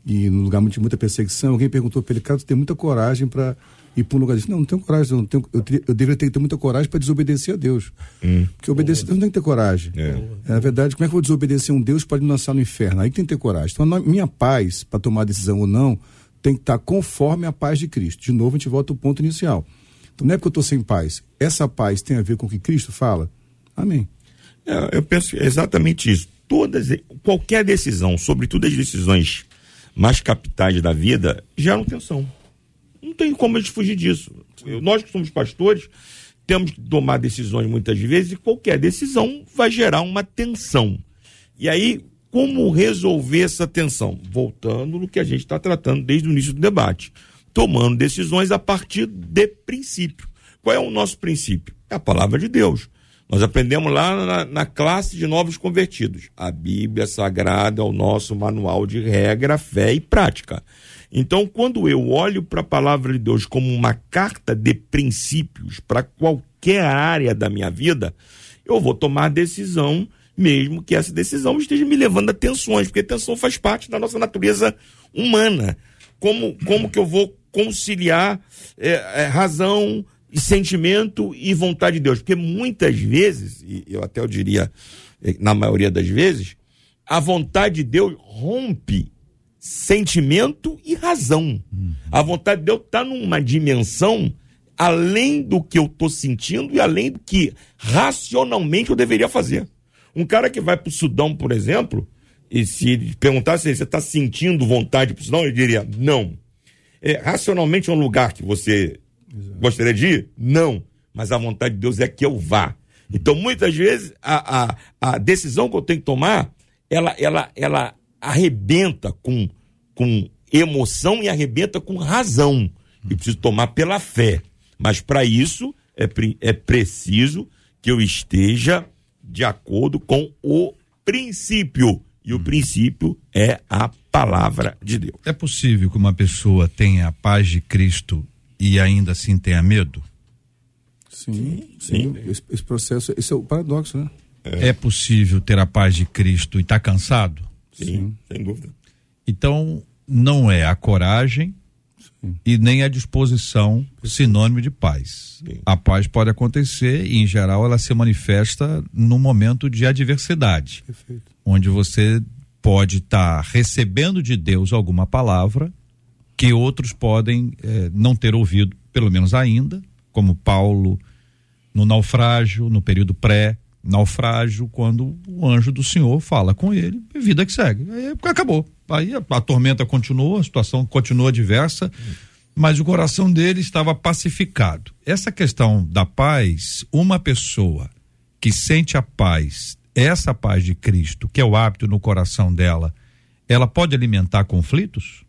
e num lugar de muita perseguição, alguém perguntou para ele, cara, tu tem muita coragem para ir para um lugar desse? Não, não tenho coragem, eu, não tenho, eu, teria, eu deveria ter que ter muita coragem para desobedecer a Deus. Hum. Porque obedecer a Deus não tem que ter coragem. É. É, na verdade, como é que eu vou desobedecer um Deus que pode me lançar no inferno? Aí que tem que ter coragem. Então, a minha paz, para tomar decisão ou não, tem que estar conforme a paz de Cristo. De novo, a gente volta ao ponto inicial. Então, não é porque eu estou sem paz. Essa paz tem a ver com o que Cristo fala? Amém. É, eu penso exatamente isso. Todas, qualquer decisão, sobretudo as decisões mais capitais da vida, geram tensão. Não tem como a gente fugir disso. Eu, nós que somos pastores, temos que tomar decisões muitas vezes e qualquer decisão vai gerar uma tensão. E aí, como resolver essa tensão? Voltando no que a gente está tratando desde o início do debate. Tomando decisões a partir de princípio. Qual é o nosso princípio? É a palavra de Deus. Nós aprendemos lá na, na classe de novos convertidos. A Bíblia Sagrada é o nosso manual de regra, fé e prática. Então, quando eu olho para a palavra de Deus como uma carta de princípios para qualquer área da minha vida, eu vou tomar decisão, mesmo que essa decisão esteja me levando a tensões, porque tensão faz parte da nossa natureza humana. Como, como que eu vou conciliar é, é, razão e sentimento e vontade de Deus? Porque muitas vezes, e eu até eu diria, na maioria das vezes, a vontade de Deus rompe sentimento e razão. Uhum. A vontade de Deus está numa dimensão além do que eu estou sentindo e além do que racionalmente eu deveria fazer. Um cara que vai para o Sudão, por exemplo, e se perguntasse se você está sentindo vontade para o Sudão, ele diria não. É, racionalmente é um lugar que você Exato. Gostaria de ir? Não. Mas a vontade de Deus é que eu vá. Então, muitas vezes, a, a, a decisão que eu tenho que tomar, ela, ela, ela arrebenta com, com emoção e arrebenta com razão. E preciso tomar pela fé. Mas, para isso, é, é preciso que eu esteja de acordo com o princípio. E o princípio é a palavra de Deus. É possível que uma pessoa tenha a paz de Cristo e ainda assim tenha medo? Sim, sim. sim. Esse, esse processo, esse é o paradoxo, né? É, é possível ter a paz de Cristo e estar tá cansado? Sim, sim, sem dúvida. Então, não é a coragem sim. e nem a disposição sinônimo de paz. Sim. A paz pode acontecer e, em geral, ela se manifesta no momento de adversidade. Perfeito. Onde você pode estar tá recebendo de Deus alguma palavra que outros podem eh, não ter ouvido, pelo menos ainda, como Paulo no naufrágio, no período pré-naufrágio, quando o anjo do Senhor fala com ele, e vida que segue. Aí acabou. Aí a, a tormenta continuou, a situação continua adversa, mas o coração dele estava pacificado. Essa questão da paz, uma pessoa que sente a paz, essa paz de Cristo, que é o hábito no coração dela, ela pode alimentar conflitos?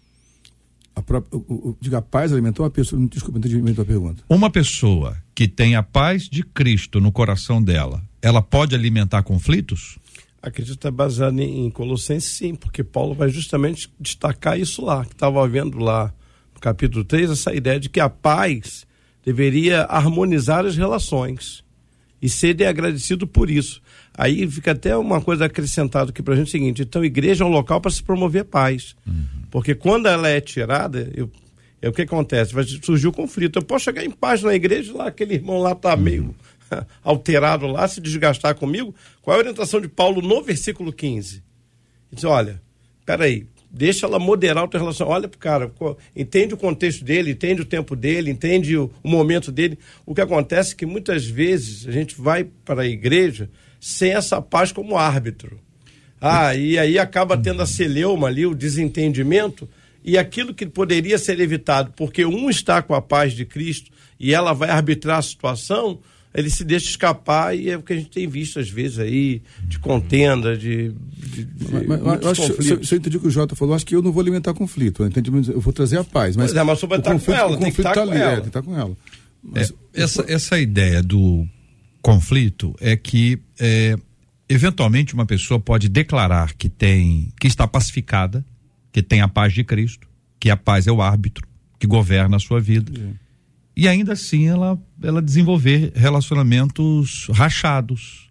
A própria, o, o, diga, a paz alimentou a pessoa, desculpa, não entendi a pergunta. Uma pessoa que tem a paz de Cristo no coração dela, ela pode alimentar conflitos? Acredito que está baseado em, em Colossenses, sim, porque Paulo vai justamente destacar isso lá, que estava vendo lá no capítulo três, essa ideia de que a paz deveria harmonizar as relações e ser agradecido por isso. Aí fica até uma coisa acrescentada aqui pra gente, o seguinte: então, igreja é um local para se promover paz. Uhum. Porque quando ela é tirada, eu, é o que acontece? Vai surgir o conflito. Eu posso chegar em paz na igreja, lá aquele irmão lá tá uhum. meio alterado lá, se desgastar comigo. Qual é a orientação de Paulo no versículo quinze? Ele diz, olha, peraí, deixa ela moderar a tua relação. Olha pro cara, entende o contexto dele, entende o tempo dele, entende o, o momento dele. O que acontece é que muitas vezes a gente vai para a igreja sem essa paz como árbitro. Ah, e aí acaba tendo a celeuma ali, o desentendimento, e aquilo que poderia ser evitado, porque um está com a paz de Cristo e ela vai arbitrar a situação, ele se deixa escapar, e é o que a gente tem visto às vezes aí, de contenda, de... de, de mas, mas, eu acho, se, se eu entendi o que o Jota falou, acho que eu não vou alimentar conflito, eu, entendi, eu vou trazer a paz. Mas, mas, é, mas você vai estar com ela, tem que estar tá com ali, ela. É, tem que estar com ela. Mas, é, essa, essa ideia do conflito é que é, eventualmente uma pessoa pode declarar que tem, que está pacificada, que tem a paz de Cristo, que a paz é o árbitro que governa a sua vida. E ainda assim ela, ela desenvolver relacionamentos rachados,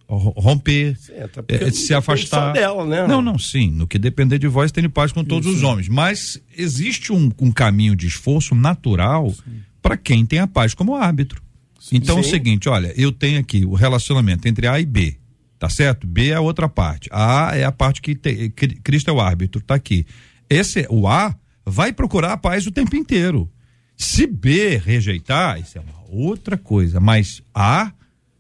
romper, Sim, até é, se afastar. Só dela, né? Não, não, sim. No que depender de vós, tenho paz com todos Isso. os homens. Mas existe um, um caminho de esforço natural para quem tem a paz como árbitro. Sim. Então sim. é o seguinte, olha, eu tenho aqui o relacionamento entre A e B, tá certo? B é a outra parte. A é a parte que te, Cristo é o árbitro, tá aqui. Esse, o A vai procurar a paz o tempo inteiro. Se B rejeitar, isso é uma outra coisa, mas A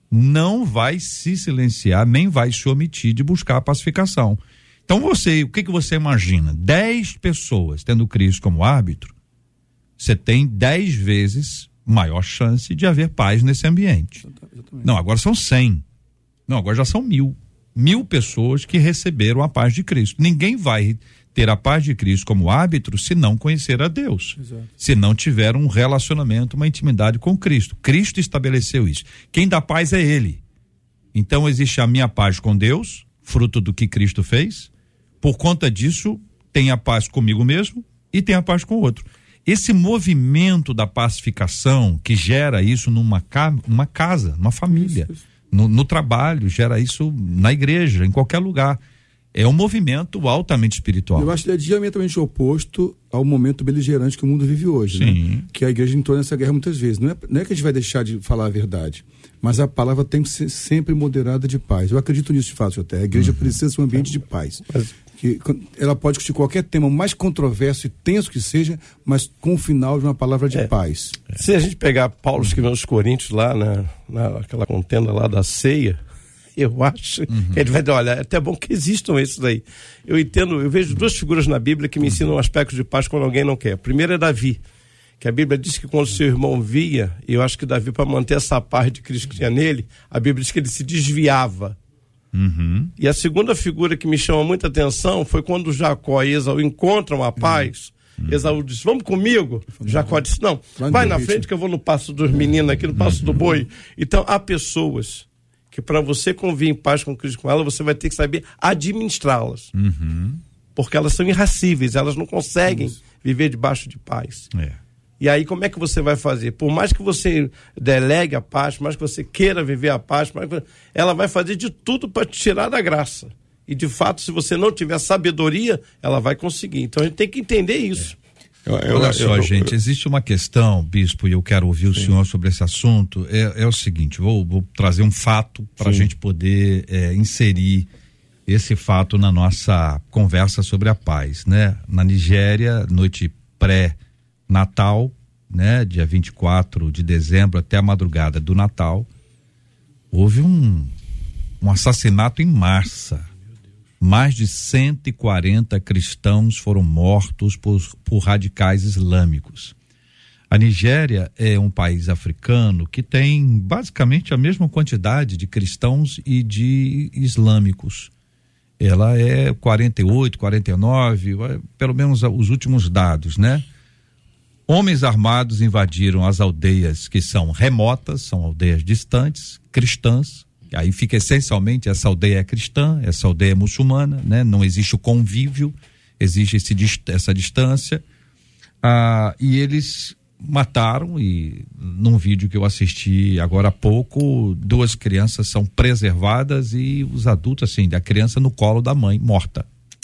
não vai se silenciar, nem vai se omitir de buscar a pacificação. Então você, o que que você imagina? Dez pessoas tendo Cristo como árbitro, você tem dez vezes maior chance de haver paz nesse ambiente. Exatamente. Não, agora são cem. Não, agora já são mil. Mil pessoas que receberam a paz de Cristo. Ninguém vai ter a paz de Cristo como árbitro se não conhecer a Deus. Exato. Se não tiver um relacionamento, uma intimidade com Cristo. Cristo estabeleceu isso. Quem dá paz é Ele. Então existe a minha paz com Deus, fruto do que Cristo fez. Por conta disso, tem a paz comigo mesmo e tem a paz com o outro. Esse movimento da pacificação que gera isso numa ca- uma casa, numa família, isso, isso. No, no trabalho, gera isso na igreja, em qualquer lugar. É um movimento altamente espiritual. Eu acho que é diametralmente oposto ao momento beligerante que o mundo vive hoje, Sim. né? Que a igreja entrou nessa guerra muitas vezes. Não é, não é que a gente vai deixar de falar a verdade, mas a palavra tem que ser sempre moderada de paz. Eu acredito nisso de fato até. A igreja uhum. precisa ser um ambiente de paz. Mas... que ela pode discutir qualquer tema, mais controverso e tenso que seja, mas com o final de uma palavra de é. paz. Se a gente pegar Paulo escrevendo aos Coríntios lá, na, naquela contenda lá da ceia, eu acho uhum. que ele vai dizer, olha, é até bom que existam esses aí. Eu entendo, eu vejo duas figuras na Bíblia que me ensinam aspectos de paz quando alguém não quer. Primeiro é Davi, que a Bíblia diz que quando seu irmão via, e eu acho que Davi, para manter essa paz de Cristo que tinha nele, a Bíblia diz que ele se desviava. Uhum. E a segunda figura que me chama muita atenção foi quando Jacó e Esaú encontram a paz. Uhum. Esaú disse, vamos comigo? Jacó disse, não, vai na frente que eu vou no passo dos meninos aqui, no passo do boi. Então há pessoas que para você conviver em paz com Cristo, com ela, você vai ter que saber administrá-las. Uhum. Porque elas são irracíveis, elas não conseguem Isso. viver debaixo de paz. É. E aí como é que você vai fazer? Por mais que você delegue a paz, por mais que você queira viver a paz, ela vai fazer de tudo para te tirar da graça. E de fato, se você não tiver sabedoria, ela vai conseguir. Então a gente tem que entender isso. É. Eu, eu, Olha só, eu, gente, eu, existe uma questão, bispo, e eu quero ouvir o sim. senhor sobre esse assunto. É, é o seguinte, vou, vou trazer um fato para a gente poder é, inserir esse fato na nossa conversa sobre a paz, né? Na Nigéria, noite pré-Natal, né? Dia vinte e quatro de dezembro até a madrugada do Natal, houve um, um assassinato em massa. Mais de cento e quarenta cristãos foram mortos por, por radicais islâmicos. A Nigéria é um país africano que tem basicamente a mesma quantidade de cristãos e de islâmicos. Ela é quarenta e oito, quarenta e nove, pelo menos os últimos dados, né? Homens armados invadiram as aldeias que são remotas, são aldeias distantes, cristãs. Aí fica essencialmente, essa aldeia é cristã, essa aldeia é muçulmana, né? Não existe o convívio, existe esse, essa distância. Ah, e eles mataram, e num vídeo que eu assisti agora há pouco, duas crianças são preservadas e os adultos, assim, a criança no colo da mãe, morta.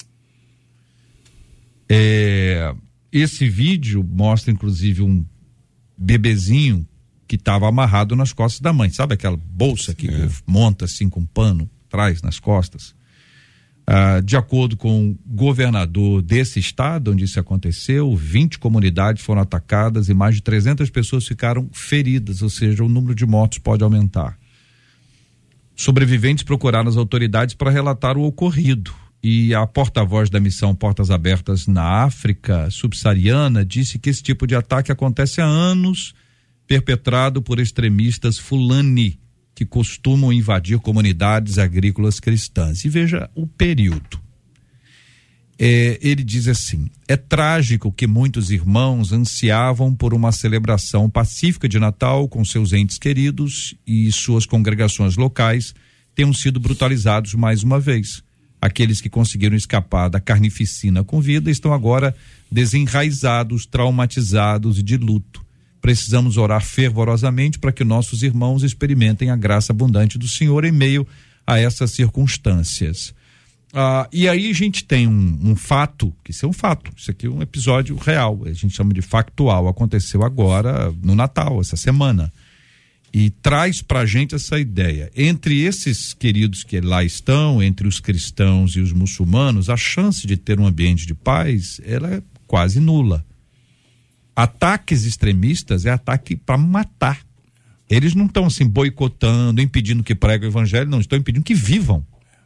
É, esse vídeo mostra, inclusive, um bebezinho que estava amarrado nas costas da mãe, sabe aquela bolsa que é. monta assim com pano, traz nas costas? Ah, de acordo com o governador desse estado onde isso aconteceu, vinte comunidades foram atacadas e mais de trezentas pessoas ficaram feridas, ou seja, o número de mortos pode aumentar. Sobreviventes procuraram as autoridades para relatar o ocorrido, e a porta-voz da missão Portas Abertas na África subsaariana disse que esse tipo de ataque acontece há anos, perpetrado por extremistas Fulani, que costumam invadir comunidades agrícolas cristãs. E veja o período. É, ele diz assim, é trágico que muitos irmãos ansiavam por uma celebração pacífica de Natal com seus entes queridos e suas congregações locais tenham sido brutalizados mais uma vez. Aqueles que conseguiram escapar da carnificina com vida estão agora desenraizados, traumatizados e de luto. Precisamos orar fervorosamente para que nossos irmãos experimentem a graça abundante do Senhor em meio a essas circunstâncias. Ah, e aí a gente tem um, um fato, que isso é um fato, isso aqui é um episódio real, a gente chama de factual, aconteceu agora no Natal, essa semana, e traz pra gente essa ideia, entre esses queridos que lá estão, entre os cristãos e os muçulmanos, a chance de ter um ambiente de paz, ela é quase nula. Ataques extremistas é ataque para matar, eles não estão assim boicotando, impedindo que pregue o evangelho, não, estão impedindo que vivam.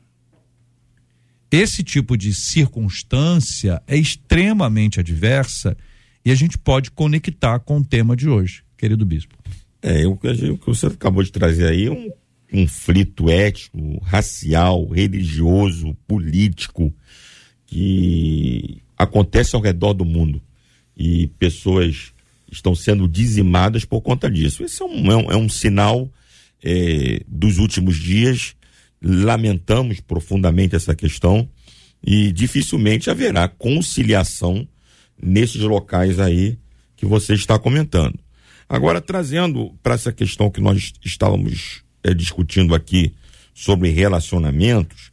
Esse tipo de circunstância é extremamente adversa e a gente pode conectar com o tema de hoje, querido bispo. É, o que você acabou de trazer aí é um conflito ético, racial, religioso, político, que acontece ao redor do mundo e pessoas estão sendo dizimadas por conta disso. Esse é um, é um, é um sinal é, dos últimos dias. Lamentamos profundamente essa questão e dificilmente haverá conciliação nesses locais aí que você está comentando. Agora, trazendo para essa questão que nós estávamos é, discutindo aqui sobre relacionamentos,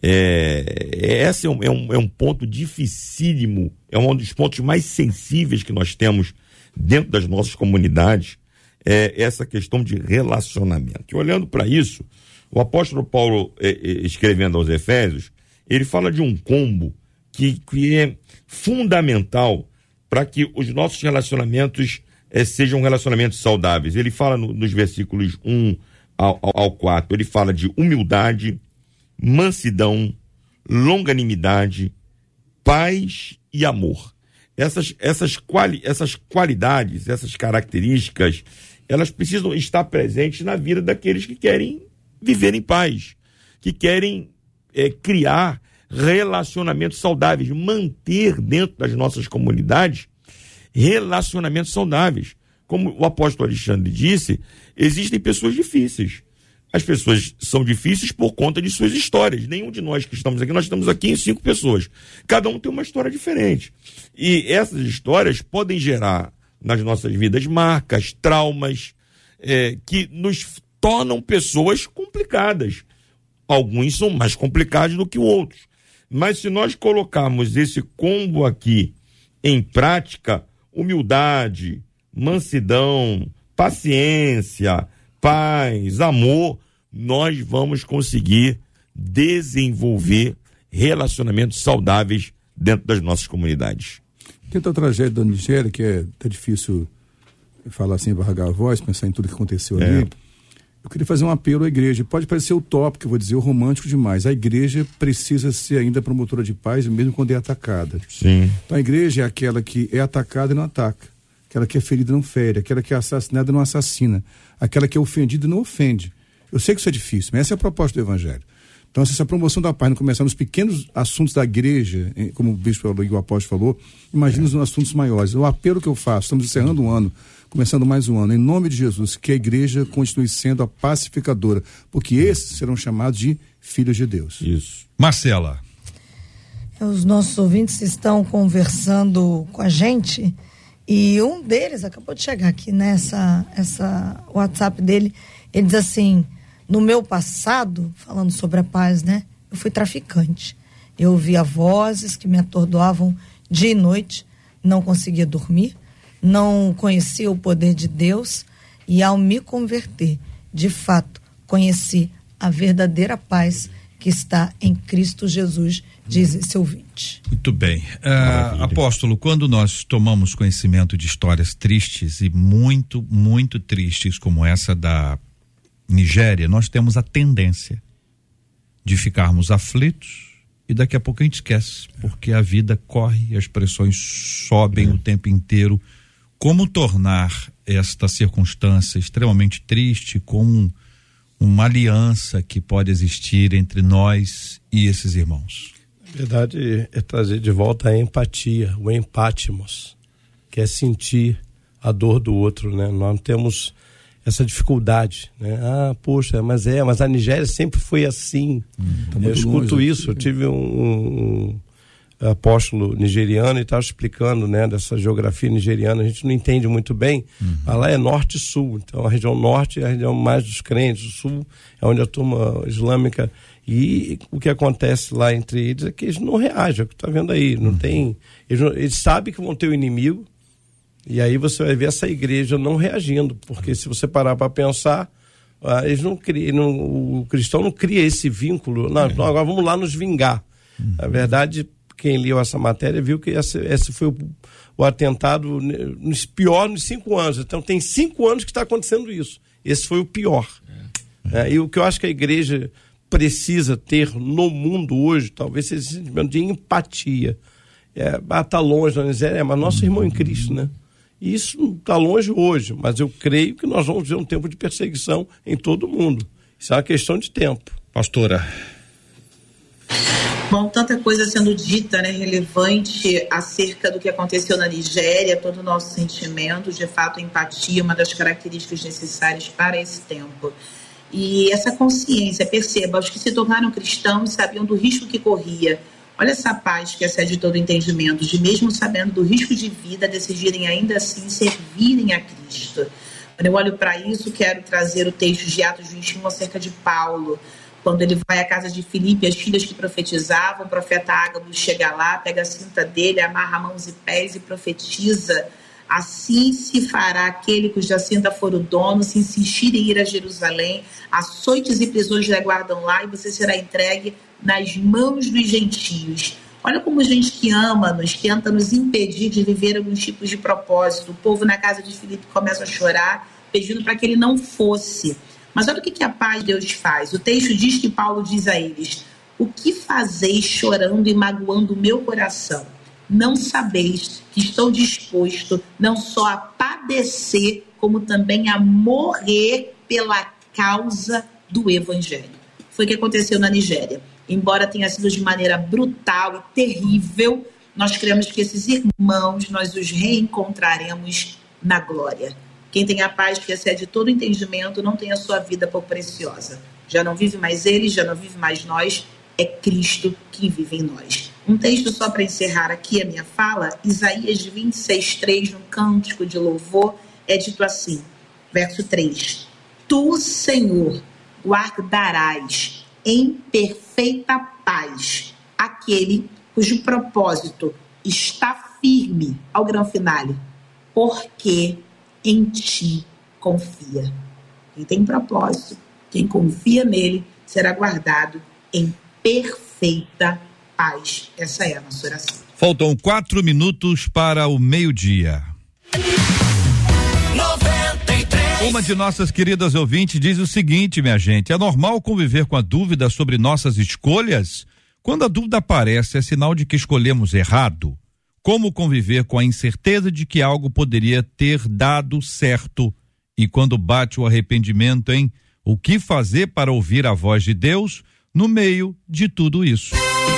é, esse é um, é, um, é um ponto dificílimo, é um dos pontos mais sensíveis que nós temos dentro das nossas comunidades, é essa questão de relacionamento. E olhando para isso, o apóstolo Paulo, eh, eh, escrevendo aos Efésios, ele fala de um combo que, que é fundamental para que os nossos relacionamentos eh, sejam relacionamentos saudáveis. Ele fala no, nos versículos um ao, ao quatro, ele fala de humildade, mansidão, longanimidade, paz e amor. Essas, essas, quali, essas qualidades, essas características, elas precisam estar presentes na vida daqueles que querem viver em paz, que querem é, criar relacionamentos saudáveis, manter dentro das nossas comunidades relacionamentos saudáveis. Como o apóstolo Alexandre disse, existem pessoas difíceis. As pessoas são difíceis por conta de suas histórias. Nenhum de nós que estamos aqui, nós estamos aqui em cinco pessoas. Cada um tem uma história diferente. E essas histórias podem gerar nas nossas vidas marcas, traumas, é, que nos tornam pessoas complicadas. Alguns são mais complicados do que outros. Mas se nós colocarmos esse combo aqui em prática, humildade, mansidão, paciência, paz, amor, nós vamos conseguir desenvolver relacionamentos saudáveis dentro das nossas comunidades. Tem a tragédia da Nigéria, que é até difícil falar assim, barragar a voz, pensar em tudo que aconteceu É. ali. Eu queria fazer um apelo à igreja. Pode parecer utópico, eu vou dizer, romântico demais. A igreja precisa ser ainda promotora de paz, mesmo quando é atacada. Sim. Então a igreja é aquela que é atacada e não ataca. Aquela que é ferida e não fere. Aquela que é assassinada e não assassina. Aquela que é ofendida e não ofende. Eu sei que isso é difícil, mas essa é a proposta do evangelho. Então, se essa promoção da paz não começar nos pequenos assuntos da igreja, como o bispo falou e o apóstolo falou, imagina nos assuntos maiores. O apelo que eu faço, estamos encerrando um ano, começando mais um ano, em nome de Jesus, que a igreja continue sendo a pacificadora, porque esses serão chamados de filhos de Deus. Isso. Marcela. Os nossos ouvintes estão conversando com a gente e um deles acabou de chegar aqui nessa essa WhatsApp dele. Ele diz assim: no meu passado, falando sobre a paz, né? Eu fui traficante. Eu ouvia vozes que me atordoavam dia e noite, não conseguia dormir, não conhecia o poder de Deus e ao me converter, de fato, conheci a verdadeira paz que está em Cristo Jesus, diz esse ouvinte. Muito bem. Uh, apóstolo, quando nós tomamos conhecimento de histórias tristes e muito, muito tristes como essa da Nigéria, nós temos a tendência de ficarmos aflitos e daqui a pouco a gente esquece, porque a vida corre, as pressões sobem o tempo inteiro. Como tornar esta circunstância extremamente triste com uma aliança que pode existir entre nós e esses irmãos? Na verdade, é trazer de volta a empatia, o empatimos, que é sentir a dor do outro, né? Nós temos essa dificuldade, né? Ah, poxa, mas é, mas a Nigéria sempre foi assim. Hum, tá eu escuto longe, isso, eu tive um, um apóstolo nigeriano e estava explicando, né, dessa geografia nigeriana. A gente não entende muito bem, uhum. mas lá é norte e sul, então a região norte é a região mais dos crentes, o sul é onde a turma islâmica, e o que acontece lá entre eles é que eles não reagem, é o que está vendo aí, não uhum. tem, eles, não, eles sabem que vão ter o inimigo, e aí você vai ver essa igreja não reagindo, porque se você parar para pensar, ah, eles não criam, não, o cristão não cria esse vínculo, não, não, agora vamos lá nos vingar. Uhum. Na verdade, quem leu essa matéria viu que esse, esse foi o, o atentado nos pior nos cinco anos. Então tem cinco anos que está acontecendo isso. Esse foi o pior. É. É, e o que eu acho que a igreja precisa ter no mundo hoje, talvez seja esse sentimento de empatia. É, ah, tá longe da miséria, é, mas nosso irmão em Cristo, né? E isso está longe hoje, mas eu creio que nós vamos ver um tempo de perseguição em todo o mundo. Isso é uma questão de tempo. Pastora. Bom, tanta coisa sendo dita, né, relevante acerca do que aconteceu na Nigéria, todo o nosso sentimento, de fato, empatia, uma das características necessárias para esse tempo. E essa consciência, perceba, os que se tornaram cristãos sabiam do risco que corria. Olha essa paz que excede todo entendimento, de mesmo sabendo do risco de vida, decidirem ainda assim servirem a Cristo. Quando eu olho para isso, quero trazer o texto de Atos vinte e um acerca de Paulo. Quando ele vai à casa de Filipe, as filhas que profetizavam, o profeta Ágabo chega lá, pega a cinta dele, amarra mãos e pés e profetiza: assim se fará aquele cuja cinta for o dono, se insistir em ir a Jerusalém, açoites e prisões lhe aguardam lá, e você será entregue nas mãos dos gentios. Olha como gente que ama-nos tenta nos impedir de viver alguns tipos de propósito. O povo na casa de Filipe começa a chorar, pedindo para que ele não fosse. Mas olha o que a paz de Deus faz. O texto diz que Paulo diz a eles: o que fazeis chorando e magoando o meu coração? Não sabeis que estou disposto não só a padecer, como também a morrer pela causa do Evangelho. Foi o que aconteceu na Nigéria. Embora tenha sido de maneira brutal e terrível, nós cremos que esses irmãos, nós os reencontraremos na glória. Quem tem a paz que excede todo entendimento não tem a sua vida por preciosa. Já não vive mais ele, já não vive mais nós, é Cristo que vive em nós. Um texto só para encerrar aqui a minha fala, Isaías vinte e seis, três, no cântico de louvor, é dito assim, verso três: Tu, Senhor, guardarás em perfeita paz aquele cujo propósito está firme ao grão finale, porque em ti confia. Quem tem propósito, quem confia nele, será guardado em perfeita paz. Essa é a nossa oração. Faltam quatro minutos para o meio-dia. Uma de nossas queridas ouvintes diz o seguinte, minha gente: é normal conviver com a dúvida sobre nossas escolhas? Quando a dúvida aparece, é sinal de que escolhemos errado? Como conviver com a incerteza de que algo poderia ter dado certo? E quando bate o arrependimento, hein? O que fazer para ouvir a voz de Deus no meio de tudo isso?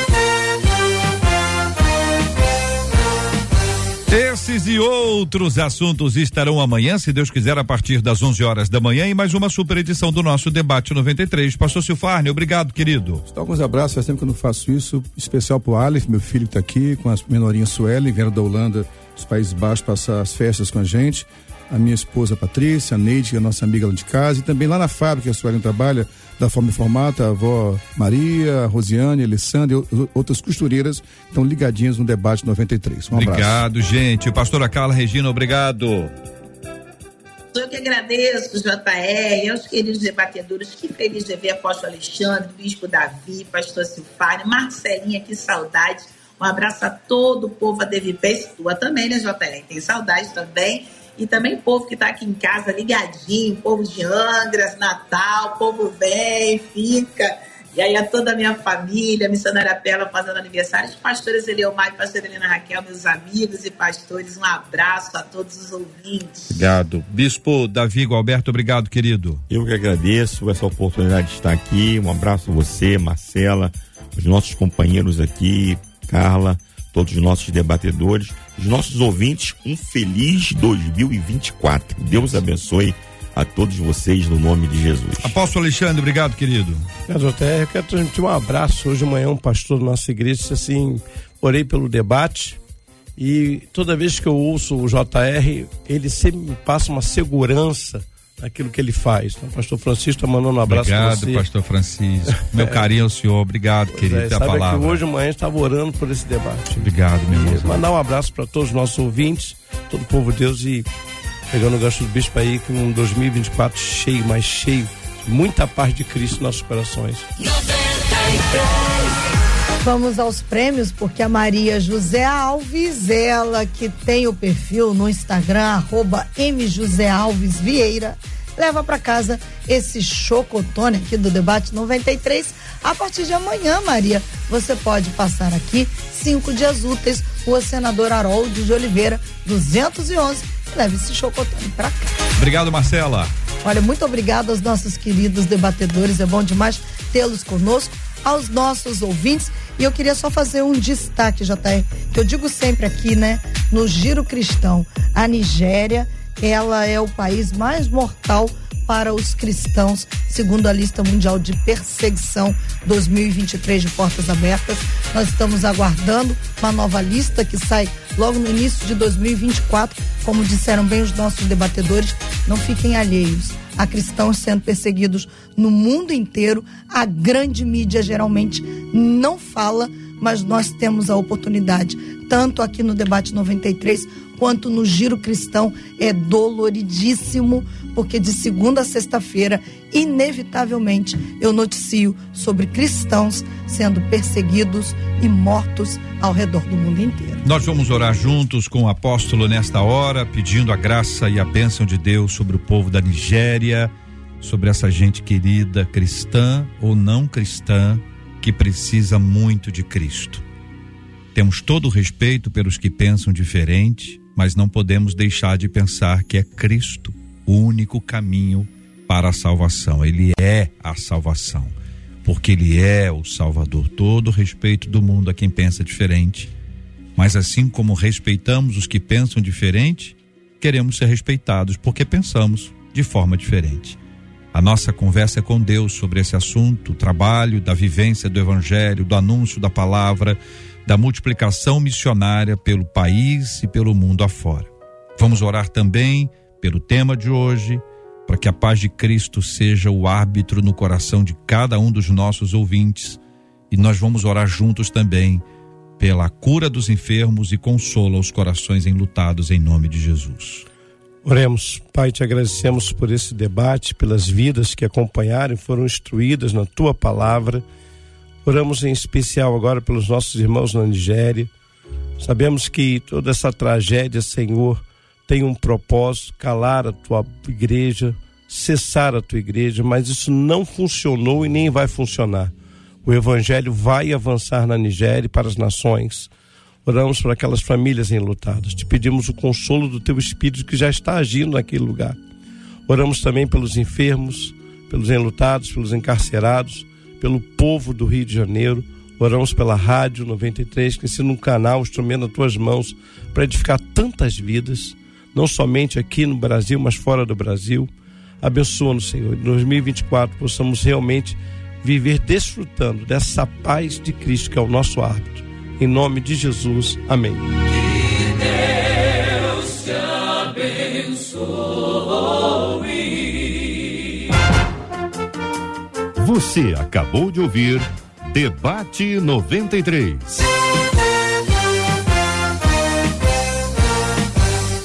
Esses e outros assuntos estarão amanhã, se Deus quiser, a partir das onze horas da manhã, em mais uma super edição do nosso Debate noventa e três. Pastor Silfarne, obrigado, querido. Então, alguns abraços, faz tempo que eu não faço isso, especial pro Aleph, meu filho que tá aqui, com a menorinha Suelen, vieram da Holanda, dos Países Baixos, passar as festas com a gente. A minha esposa Patrícia, a Neide, que é a nossa amiga lá de casa, e também lá na fábrica que a Suelen trabalha, da forma informata, a avó Maria, a Rosiane, a Alessandra e outras costureiras estão ligadinhas no Debate noventa e três. Um obrigado, abraço. gente. Pastora Carla Regina, obrigado. Eu que agradeço, J R, aos queridos debatedores, que feliz de ver apóstolo Alexandre, bispo Davi, pastor Silfarne, Marcelinha, que saudade. Um abraço a todo o povo a Devipense, tua também, né, J R? Tem saudade também. E também o povo que está aqui em casa ligadinho, povo de Angra, Natal, o povo vem, fica. E aí a toda a minha família, a missionária Pela fazendo aniversário, os pastores Eliomar e pastora Helena Raquel, meus amigos e pastores, um abraço a todos os ouvintes. Obrigado. Bispo Davi Gualberto, obrigado, querido. Eu que agradeço essa oportunidade de estar aqui, um abraço a você, Marcela, os nossos companheiros aqui, Carla, todos os nossos debatedores, os nossos ouvintes, um feliz dois mil e vinte e quatro. Deus abençoe a todos vocês no nome de Jesus. Apóstolo Alexandre, obrigado, querido. Eu quero transmitir um abraço. Hoje de manhã um pastor da nossa igreja disse assim: orei pelo debate e toda vez que eu ouço o J R, ele sempre me passa uma segurança naquilo que ele faz. Então, pastor Francisco tá mandando um abraço para você. Obrigado, pastor Francisco. Meu carinho ao senhor. Obrigado, querido. É, a sabe palavra. que hoje de manhã estava orando por esse debate. Obrigado, meu irmão. Mandar um abraço para todos os nossos ouvintes, todo o povo de Deus, e pegando o gancho do bispo aí, com um dois mil e vinte e quatro cheio, mais cheio, muita paz de Cristo em nossos corações. Vamos aos prêmios, porque a Maria José Alves, ela que tem o perfil no Instagram, arroba M José Alves Vieira, leva para casa esse chocotone aqui do Debate noventa e três. A partir de amanhã, Maria, você pode passar aqui cinco dias úteis, o senador Harold de Oliveira, duzentos e onze, e leva esse chocotone para cá. Obrigado, Marcela. Olha, muito obrigado aos nossos queridos debatedores, é bom demais tê-los conosco, aos nossos ouvintes. E eu queria só fazer um destaque, J R, que eu digo sempre aqui, né? No Giro Cristão, a Nigéria, ela é o país mais mortal para os cristãos, segundo a lista mundial de perseguição dois mil e vinte e três de Portas Abertas. Nós estamos aguardando uma nova lista que sai logo no início de dois mil e vinte e quatro. Como disseram bem os nossos debatedores, não fiquem alheios a cristãos sendo perseguidos no mundo inteiro. A grande mídia geralmente não fala, mas nós temos a oportunidade, tanto aqui no Debate noventa e três, quanto no Giro Cristão. É doloridíssimo, porque de segunda a sexta-feira, inevitavelmente, eu noticio sobre cristãos sendo perseguidos e mortos ao redor do mundo inteiro. Nós vamos orar juntos com o apóstolo nesta hora, pedindo a graça e a bênção de Deus sobre o povo da Nigéria, sobre essa gente querida, cristã ou não cristã, que precisa muito de Cristo. Temos todo o respeito pelos que pensam diferente, mas não podemos deixar de pensar que é Cristo o único caminho para a salvação. Ele é a salvação, porque Ele é o Salvador. Todo o respeito do mundo a quem pensa diferente, mas assim como respeitamos os que pensam diferente, queremos ser respeitados porque pensamos de forma diferente. A nossa conversa é com Deus sobre esse assunto, o trabalho da vivência do Evangelho, do anúncio da palavra, da multiplicação missionária pelo país e pelo mundo afora. Vamos orar também pelo tema de hoje, para que a paz de Cristo seja o árbitro no coração de cada um dos nossos ouvintes, e nós vamos orar juntos também pela cura dos enfermos e consolo aos corações enlutados em nome de Jesus. Oremos. Pai, te agradecemos por esse debate, pelas vidas que acompanharam e foram instruídas na tua palavra. Oramos em especial agora pelos nossos irmãos na Nigéria. Sabemos que toda essa tragédia, Senhor, tem um propósito: calar a tua igreja, cessar a tua igreja, mas isso não funcionou e nem vai funcionar. O evangelho vai avançar na Nigéria e para as nações. Oramos por aquelas famílias enlutadas. Te pedimos o consolo do teu Espírito que já está agindo naquele lugar. Oramos também pelos enfermos, pelos enlutados, pelos encarcerados, pelo povo do Rio de Janeiro. Oramos pela Rádio noventa e três, que ensina um canal, um instrumento nas tuas mãos para edificar tantas vidas, não somente aqui no Brasil, mas fora do Brasil. Abençoa-nos, Senhor. Em dois mil e vinte e quatro possamos realmente viver desfrutando dessa paz de Cristo, que é o nosso árbitro. Em nome de Jesus, amém. Que Deus te abençoe. Você acabou de ouvir Debate noventa e três.